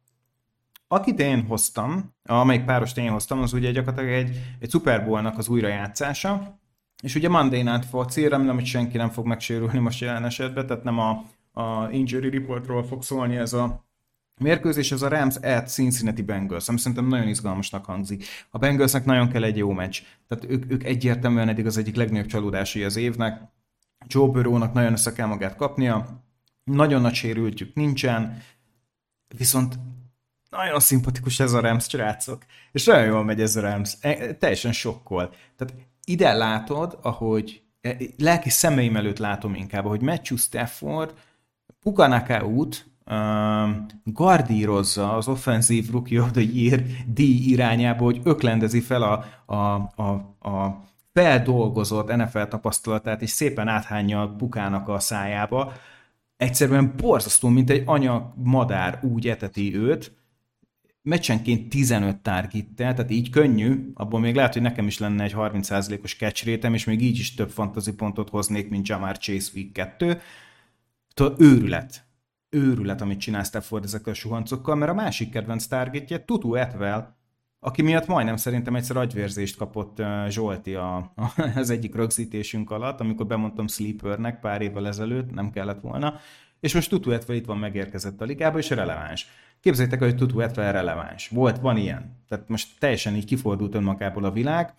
akit én hoztam, amelyik párost én hoztam, az ugye gyakorlatilag egy, egy Super Bowl-nak az újrajátszása, és ugye Monday Night Foci, remélem, hogy senki nem fog megsérülni most jelen esetben, tehát nem a, a injury reportról fog szólni ez a mérkőzés, ez a Rams at Cincinnati Bengals, ami szerintem nagyon izgalmasnak hangzik. A Bengalsnek nagyon kell egy jó meccs, tehát ők, ők egyértelműen eddig az egyik legnagyobb csalódásai az évnek. Joe Burrow-nak nagyon össze kell magát kapnia, nagyon nagy sérültjük nincsen, viszont nagyon szimpatikus ez a Rams, srácok, és nagyon jól megy ez a Rams, teljesen sokkol. Tehát ide látod, ahogy lelki szemeim előtt látom inkább, hogy Matthew Stafford Puka út Um, gardírozza az offenzív rookie of the year díj irányába, hogy öklendezi fel a, a, a, a feldolgozott en ef el tapasztalatát, és szépen áthányja a Pukának a szájába. Egyszerűen borzasztó, mint egy anya madár úgy eteti őt, meccsenként tizenöt targettel, tehát így könnyű, abból még lehet, hogy nekem is lenne egy harminc százalékos catch rate-em, és még így is több fantasy pontot hoznék, mint Jamar Chase week kettő. Tehát őrület. őrület, amit csinál Stafford ezekkel a suhancokkal, mert a másik kedvenc targetje Tutu Atwell, aki miatt majdnem szerintem egyszer agyvérzést kapott uh, Zsolti a, a, az egyik rögzítésünk alatt, amikor bemondtam Sleepernek pár évvel ezelőtt, nem kellett volna, és most Tutu Atwell itt van, megérkezett a ligába, és releváns. Képzeljétek, hogy Tutu Atwell releváns. Volt, van ilyen. Tehát most teljesen így kifordult önmagából a világ.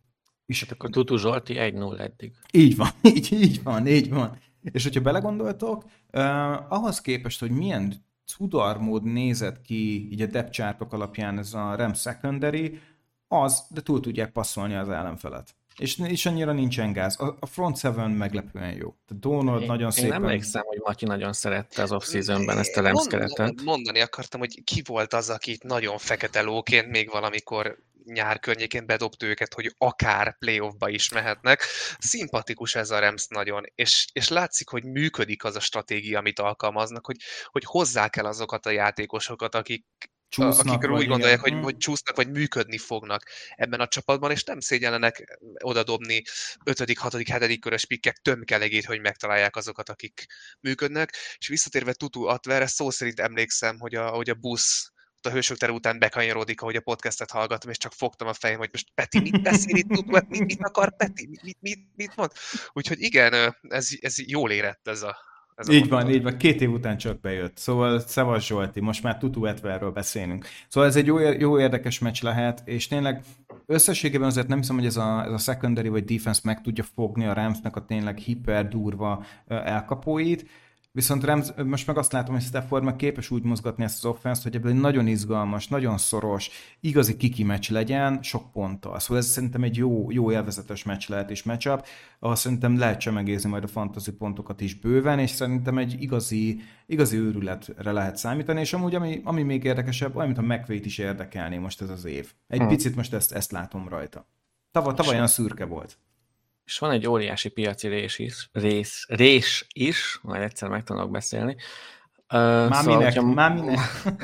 És akkor Tutu Zsolti egy null eddig. Így van, így, így van, így van. És hogyha belegondoltok, uh, ahhoz képest, hogy milyen cudarmód nézett ki így a depth chartok alapján ez a Rams secondary, az, de túl tudják passzolni az ellenfelet. És, és annyira nincsen gáz. A, a front seven meglepően jó. Tehát Donald én, nagyon én szépen... Én emlékszem, hogy Matyi nagyon szerette az off-seasonben ezt a Rams keretet. Mondani akartam, hogy ki volt az, aki itt nagyon fekete lóként még valamikor nyár környékén bedobta őket, hogy akár playoffba is mehetnek. Szimpatikus ez a Rams nagyon, és, és látszik, hogy működik az a stratégia, amit alkalmaznak, hogy, hogy hozzák el azokat a játékosokat, akik Csúsznak, akikről úgy gondolják, hogy, hogy csúsznak, vagy működni fognak ebben a csapatban, és nem szégyellenek odadobni ötödik, hatodik, hetedik körös pikkek tömkelegét, hogy megtalálják azokat, akik működnek. És visszatérve Tutu Atwellre, szó szerint emlékszem, hogy a, hogy a busz a Hősök tere után bekanyarodik, ahogy a podcastet hallgatom, és csak fogtam a fejem, hogy most Peti, mit beszél itt, Tutu, mit, mit akar Peti, mit, mit, mit, mit mond? Úgyhogy igen, ez, ez jól érett ez a Ez így van, így van, két év után csak bejött. Szóval Szavas Zsolti, most már Tutu Atwellről beszélünk. Szóval ez egy jó, jó érdekes meccs lehet, és tényleg összességében azért nem hiszem, hogy ez a, ez a secondary vagy defense meg tudja fogni a Ramsnek a tényleg hiper durva elkapóit, viszont Rams, most meg azt látom, hogy Stafford meg képes úgy mozgatni ezt az offense-t, hogy ebből egy nagyon izgalmas, nagyon szoros, igazi kiki meccs legyen, sok ponttal. Szóval ez szerintem egy jó, jó élvezetes meccs lehet és matchup, ahol szerintem lehet csemegézni majd a fantasy pontokat is bőven, és szerintem egy igazi, igazi őrületre lehet számítani, és amúgy ami, ami még érdekesebb, olyan, mint a McVay-t is érdekelné most ez az év. Egy hmm. picit most ezt, ezt látom rajta. Tavaly, tavaly olyan szürke volt. És van egy óriási piaci rés is, rész, rés is, majd egyszer meg tudok beszélni. Uh, már szóval, minek, hogyha, már minek.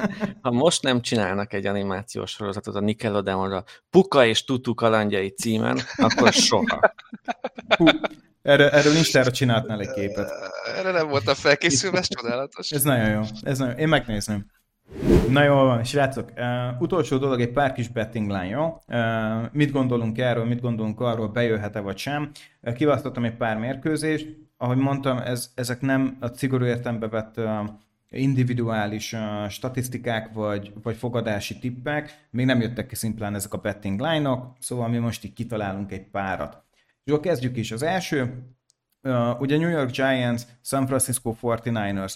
Ha most nem csinálnak egy animációs sorozatot a Nickelodeonra Puka és Tutu kalandjai címen, akkor soha. Hú, erről, erről Instára csináltnál egy képet. Erre nem voltam felkészülve, ez csodálatos. Ez nagyon jó, ez nagyon jó. Én megnézném. Na jól van, srácok, uh, utolsó dolog, egy pár kis betting line, jó? Uh, mit gondolunk erről, mit gondolunk arról, bejöhet-e vagy sem. Uh, kiválasztottam egy pár mérkőzést, ahogy mondtam, ez, ezek nem a szigorú értelembe vett uh, individuális uh, statisztikák vagy, vagy fogadási tippek, még nem jöttek ki szimplán ezek a betting line-ok, szóval mi most így kitalálunk egy párat. És akkor kezdjük is. Az első, uh, ugye New York Giants, San Francisco negyvenkilencesek.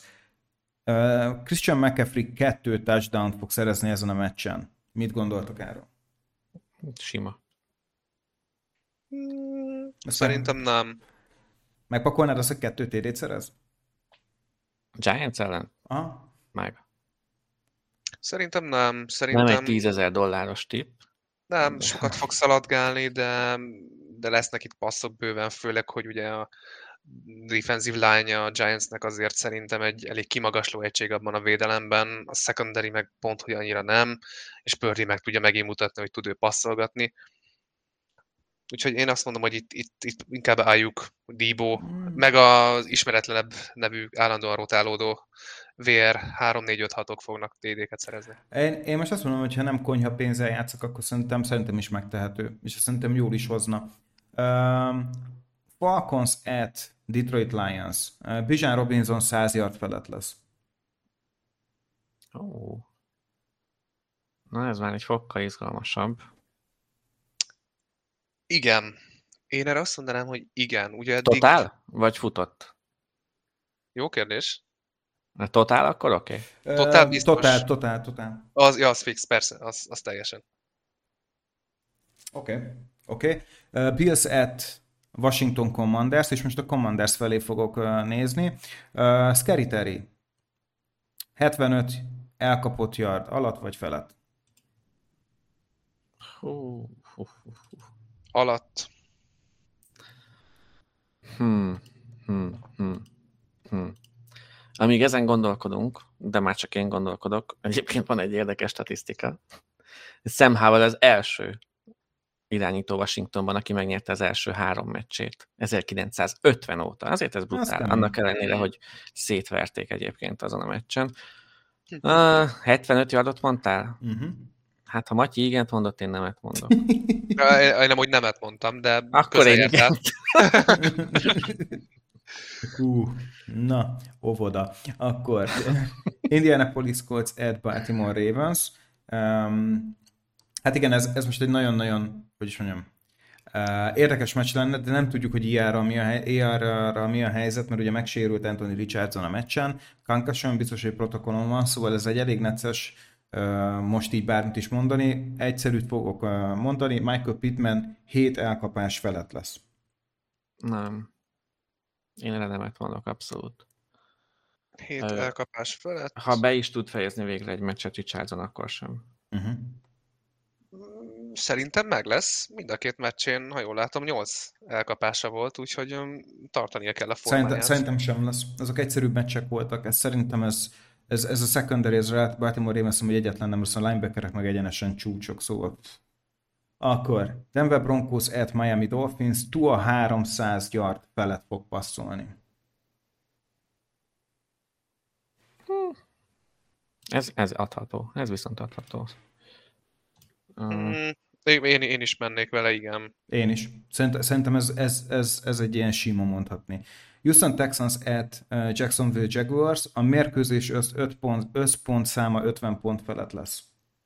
Uh, Christian McCaffrey kettő touchdown fog szerezni ezen a meccsen. Mit gondoltok erről? Sima. Hmm, szerintem nem. Megpakolnád azt, hogy kettő té dét szerez? Giants ellen? Aha. Meg. Szerintem nem. Nem Szerintem egy tízezer dolláros tipp. nem, De- sokat fog szaladgálni, de, de lesznek itt passzok bőven, főleg, hogy ugye a defensive line a Giantsnek azért szerintem egy elég kimagasló egység abban a védelemben, a secondary meg pont, hogy annyira nem, és Purdy meg tudja megint mutatni, hogy tud ő passzolgatni. Úgyhogy én azt mondom, hogy itt, itt, itt inkább álljuk Debo, Mm. meg az ismeretlenebb nevű állandóan rotálódó vé er három négy öt hatok fognak té dé-ket szerezni. Én, én most azt mondom, hogy ha nem konyha pénzzel játszok, akkor szerintem, szerintem is megtehető, és szerintem jól is hozna. Um, Falcons at Detroit Lions. Uh, Bijan Robinson száz yard felett lesz. Ó. Na, ez már egy fokkal izgalmasabb. Igen. Én erre azt mondanám, hogy igen. Ugye eddig... Totál? Vagy futott? Jó kérdés. A totál akkor oké? Okay. Totál Uh, biztos. Totál, totál, totál. Az, ja, az fix, persze, az, az teljesen. Oké, okay. oké. Okay. Uh, Bills at Washington Commanders, és most a Commanders felé fogok uh, nézni. Uh, Scary Terry. hetvenöt elkapott yard alatt vagy felett? Hú, hú, hú, hú. Alatt. Hmm, hmm, hmm, hmm. Amíg ezen gondolkodunk, de már csak én gondolkodok, egyébként van egy érdekes statisztika. Sam Howell az első irányító Washingtonban, aki megnyerte az első három meccsét ezerkilencszázötven óta. Azért ez brutál. Annak ellenére, hogy szétverték egyébként azon a meccsen. Uh, hetvenöt yardot mondtál? Uh-huh. Hát, ha Matyi igent mondott, én nemet mondok. Én nem, hogy nemet mondtam, de Akkor én igen. Hú, na, óvoda. Akkor Indianapolis Colts at Baltimore Ravens. Um, hát igen, ez, ez most egy nagyon-nagyon, hogy is mondjam, uh, érdekes meccs lenne, de nem tudjuk, hogy í er-ra mi, a, mi a helyzet, mert ugye megsérült Anthony Richardson a meccsen, concussion, biztos, hogy protokollon van, szóval ez egy elég necces, uh, most így bármit is mondani. Egyszerűt fogok uh, mondani, Michael Pittman hét elkapás felett lesz. Nem. Én erre nemet mondok, abszolút. Hét Ö, elkapás felett. Ha be is tud fejezni végre egy meccset Richardson, akkor sem. Uh-huh. Szerintem meg lesz. Mind a két meccsén, ha jól látom, nyolc elkapása volt, úgyhogy um, tartania kell a formáját. Szerintem, szerintem sem lesz. Azok egyszerűbb meccsek voltak. Ez szerintem ez, ez, ez a secondary, ez a Baltimore Ravens, hogy egyetlen nem lesz, a linebackerek meg egyenesen csúcsok, szóval. Akkor Denver Broncos at Miami Dolphins, Tua háromszáz yard felett fog passzolni. Ez, ez adható. Ez viszont adható. Mm, én, én is mennék vele, igen. Én is. Szerint, szerintem ez, ez, ez, ez egy ilyen sima mondhatni. Houston Texans at uh, Jacksonville Jaguars, a mérkőzés öt pont, összpont száma ötven pont felett lesz.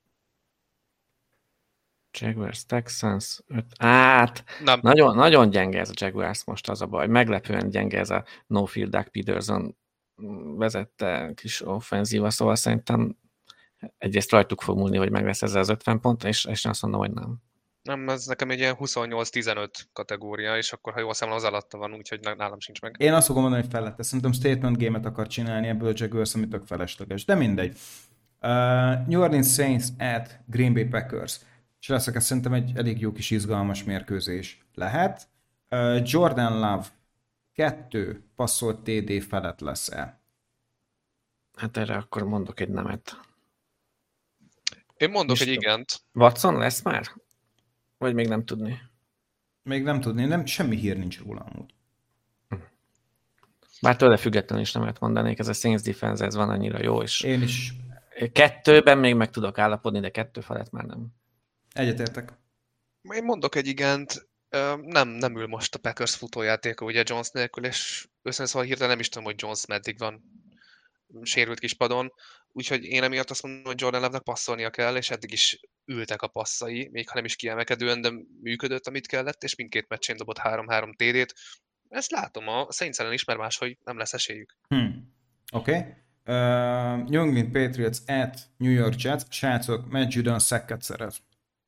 Jaguars, Texans, öt... Át! Nem. Nagyon, nagyon gyenge ez a Jaguars most, az a baj. Meglepően gyenge ez a no-field Doug Peterson vezette kis offenzíva, szóval szerintem egyrészt rajtuk fog múlni, hogy meg lesz ezzel az ötven pont, és, és azt mondom, hogy nem. Nem, ez nekem egy ilyen huszonnyolc tizenöt kategória, és akkor, ha jól számolom, az alatta van, úgyhogy nálam sincs meg. Én azt fogom mondani, hogy felette. Szerintem statement game-et akar csinálni ebből a Jaguars, ami tök felesleges. De mindegy. Uh, New Orleans Saints at Green Bay Packers. És lesz, ez szerintem egy elég jó kis izgalmas mérkőzés lehet. Uh, Jordan Love kettő passzolt té dé felett lesz-e? Hát erre akkor mondok egy nemet. Én mondok És egy igent. Watson lesz már? Vagy még nem tudni? Még nem tudni, nem, semmi hír nincs róla amúgy. Bár tőle függetlenül is nemet mondanék, ez a Saints defense, ez van annyira jó, és Én is kettőben még meg tudok állapodni, de kettő felett már nem. egyetértek. Én mondok egy igent. Nem, nem ül most a Packers futójátéka, ugye Jones nélkül, és őszintén szóval hirtelen nem is tudom, hogy Jones meddig van sérült kispadon, úgyhogy én emiatt azt mondom, hogy Jordan Love-nak passzolnia kell, és eddig is ültek a passzai, még ha nem is kiemelkedően, de működött, amit kellett, és mindkét meccsén dobott három-három té dét. Ezt látom, a Saints ellen is, mert máshogy nem lesz esélyük. Hmm. Oké. Okay. Uh, New England Patriots at New York Jets. Srácok, Matt Judon sacket szerez.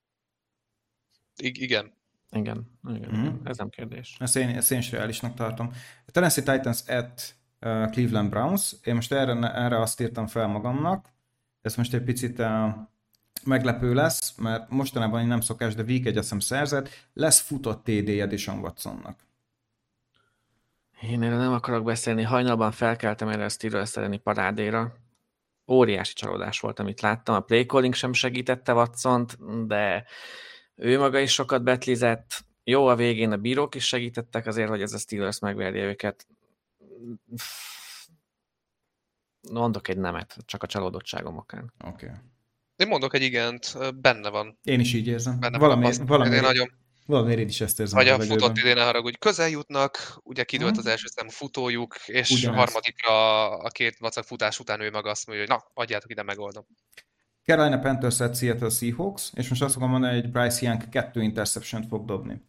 I- igen. Igen, igen, Mhm. igen, ez nem kérdés. Ezt én, ezt én is reálisnak tartom. Tennessee Titans at uh, Cleveland Browns. Én most erre, erre azt írtam fel magamnak. Ez most egy picit uh, meglepő lesz, mert mostanában nem szokás, de week egy azt hiszem szerzett. Lesz futott té dé-je Deshaun Watsonnak. Én erre nem akarok beszélni. Hajnalban felkeltem erre a Steelers elleni parádéra. Óriási csalódás volt, amit láttam. A play calling sem segítette Watsont, de ő maga is sokat betlizett. Jó, a végén a bírók is segítettek azért, hogy ez a Steelers megverje őket. Mondok egy nemet, csak a csalódottságom okán. Oké. Okay. Én mondok egy igent, benne van. Én is így érzem. Benne valamiért, van valamiért, nagyon... valamiért én is ezt érzem. Vagy a futott idén ne haragudj, közel jutnak, ugye kidőlt hmm. az első számú futójuk, és Ugyanez. a harmadikra a két vacak futás után ő maga azt mondja, hogy na, adjátok ide, megoldom. Carolina Panthers at Seattle Seahawks, és most azt fogom mondani, hogy Bryce Young kettő interception-t fog dobni.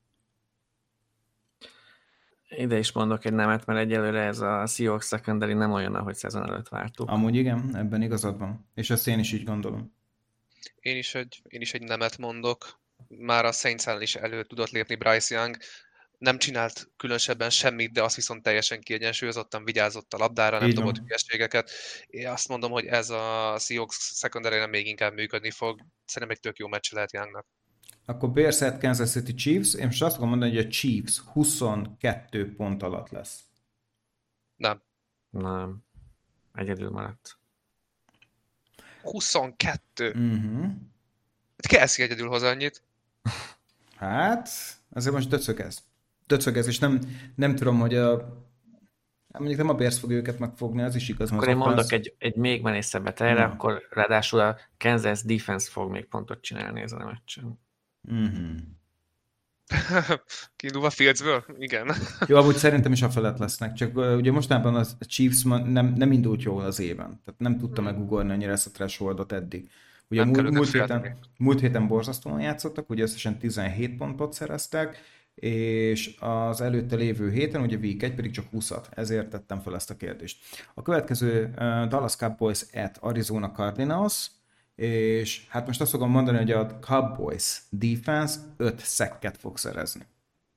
Ide is mondok egy nemet, mert egyelőre ez a Seahawks secondary nem olyan, ahogy szezon előtt vártuk. Amúgy igen, ebben igazad van. És ezt én is így gondolom. Én is egy, én is egy nemet mondok. Már a Saints ellen is elő tudott lépni Bryce Young. Nem csinált különösebben semmit, de azt viszont teljesen kiegyensúlyozottan vigyázott a labdára, nem Így dobott van. hülyeségeket. Én azt mondom, hogy ez a Seahawks secondary még inkább működni fog. Szerintem egy tök jó meccs lehet Youngnak. Akkor Bears at Kansas City Chiefs, én most azt fogom mondani, hogy a Chiefs huszonkettő pont alatt lesz. Nem. Nem. Egyedül maradt. huszonkettő. Uh-huh. Kelsey egyedül hoz annyit. Hát, azért most döcögez. Döcögez, és nem, nem tudom, hogy a... Mondjuk nem a Bears fog őket megfogni, az is igaz. Akkor én mondok egy, egy még menészebbet erre, Na. akkor ráadásul a Kansas defense fog még pontot csinálni ezen a meccsen. Uh-huh. Kiindulva Fieldsből? Igen. Jó, amúgy szerintem is a felett lesznek, csak uh, ugye mostanában a Chiefs nem, nem indult jól az éven, tehát nem tudta hmm. megugorni annyira ezt a thresholdot eddig. Ugye múlt, múlt, héten, múlt héten borzasztóan játszottak, ugye összesen tizenhét pontot szereztek, és az előtte lévő héten, ugye week egy pedig csak húszat, ezért tettem fel ezt a kérdést. A következő uh, Dallas Cowboys at Arizona Cardinals, és hát most azt fogom mondani, hogy a Cowboys defense öt szekket fog szerezni.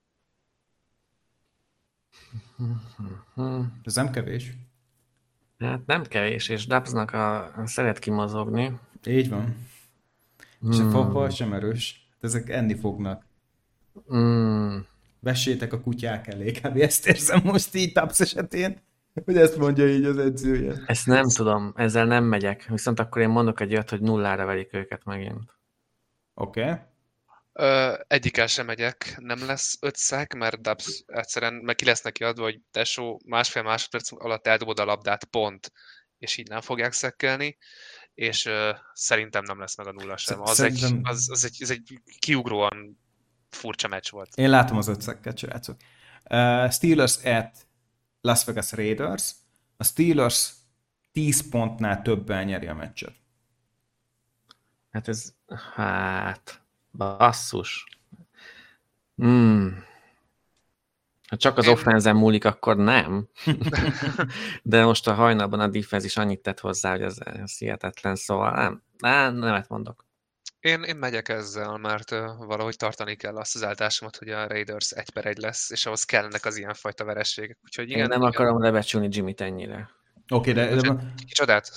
Ez nem kevés. Hát nem kevés, és Dubsnak a, a szeret kimozogni. Így van. Hmm. És a fal sem erős. Ezek enni fognak. Hmm. Vessétek a kutyák elé. Kb. Ezt érzem most így Dubs esetén, hogy ezt mondja így az edzője. Ezt nem tudom, ezzel nem megyek. Viszont akkor én mondok egy olyat, hogy nullára verik őket megint. Oké. Okay. Egyikkel sem megyek, nem lesz öt szek, mert Dubs egyszerűen meg ki lesz neki adva, hogy tesó, másfél másodperc alatt eldobod a labdát, pont, és így nem fogják szekkelni, és uh, szerintem nem lesz meg a nulla sem. Az, Szerintem... egy, az, az egy, ez egy kiugróan furcsa meccs volt. Én látom az öt szekket, srácok. Uh, Steelers at Las Vegas Raiders. A Steelers tíz pontnál többen nyeri a meccset. Hát ez, hát... Basszus. Hmm. Ha csak az offenzen múlik, akkor nem. De most a hajnalban a defense is annyit tett hozzá, hogy ez, ez hihetetlen, szóval nem, nem, nemet mondok. Én, én megyek ezzel, mert uh, valahogy tartani kell azt az áldásomat, hogy a Raiders egy per egy lesz, és ahhoz kellenek az ilyenfajta verességek. Úgyhogy igen, én nem igen. akarom lebecsülni Jimmyt ennyire. Oké, okay, de... de... Kicsodát?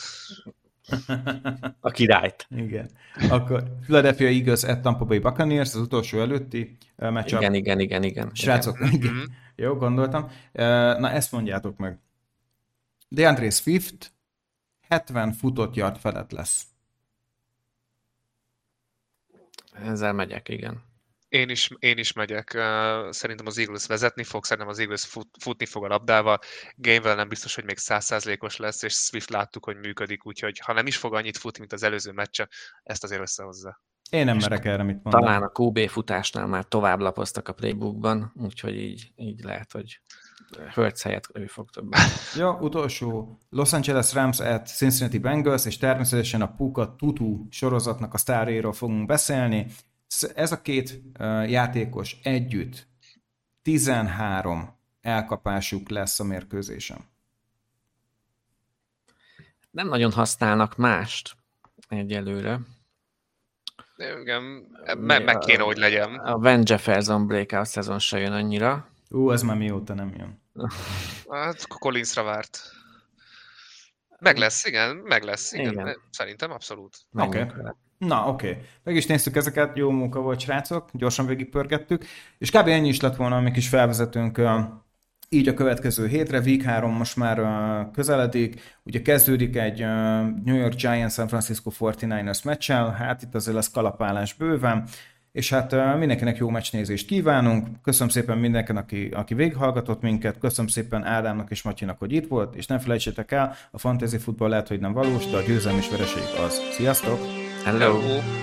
A királyt. Igen. Akkor Philadelphia Eagles at Tampa Bay Buccaneers, az utolsó előtti uh, matchup. Igen, igen, igen, igen. Srácok, igen. Igen. Jó, gondoltam. Uh, na, ezt mondjátok meg. DeAndre Swift hetven futott yard felett lesz. Ezzel megyek, igen. Én is, én is megyek. Szerintem az Eagles vezetni fog, szerintem az Eagles fut, futni fog a labdával. Gamewell nem biztos, hogy még száz százalékos lesz, és Swift láttuk, hogy működik, úgyhogy ha nem is fog annyit futni, mint az előző meccse, ezt azért összehozza. Én nem merek erre mit mondani. Talán a kú bé futásnál már tovább lapoztak a playbookban, úgyhogy így, így lehet, hogy Hurts helyett ő fog többet. Jó, utolsó Los Angeles Rams at Cincinnati Bengals, és természetesen a Puka Tutu sorozatnak a sztárjáról fogunk beszélni. Ez a két uh, játékos együtt tizenhárom elkapásuk lesz a mérkőzésen. Nem nagyon használnak mást egyelőre. Igen, meg, meg kéne, hogy legyen. A Van Jefferson breakout szezon se jön annyira. Ú, ez már mióta nem jön. Hát Collinsra várt. Meg lesz, igen, meg lesz, igen. Igen. Szerintem abszolút. Oké. Okay. Na, oké. Okay. Meg is néztük ezeket, jó munka volt, srácok, gyorsan végigpörgettük, és kb. Ennyi is lett volna a mi kis felvezetőnk így a következő hétre. Week három most már közeledik, ugye kezdődik egy New York Giants San Francisco negyvenkilencesers meccsel, hát itt azért lesz kalapálás bőven, és hát mindenkinek jó meccsnézést kívánunk. Köszönöm szépen mindenkinek, aki, aki végighallgatott minket, köszönöm szépen Ádámnak és Matyinak, hogy itt volt, és ne felejtsétek el, a fantasy futball lehet, hogy nem valós, de a győzelem és vereség az. Sziasztok! Hello! Hello.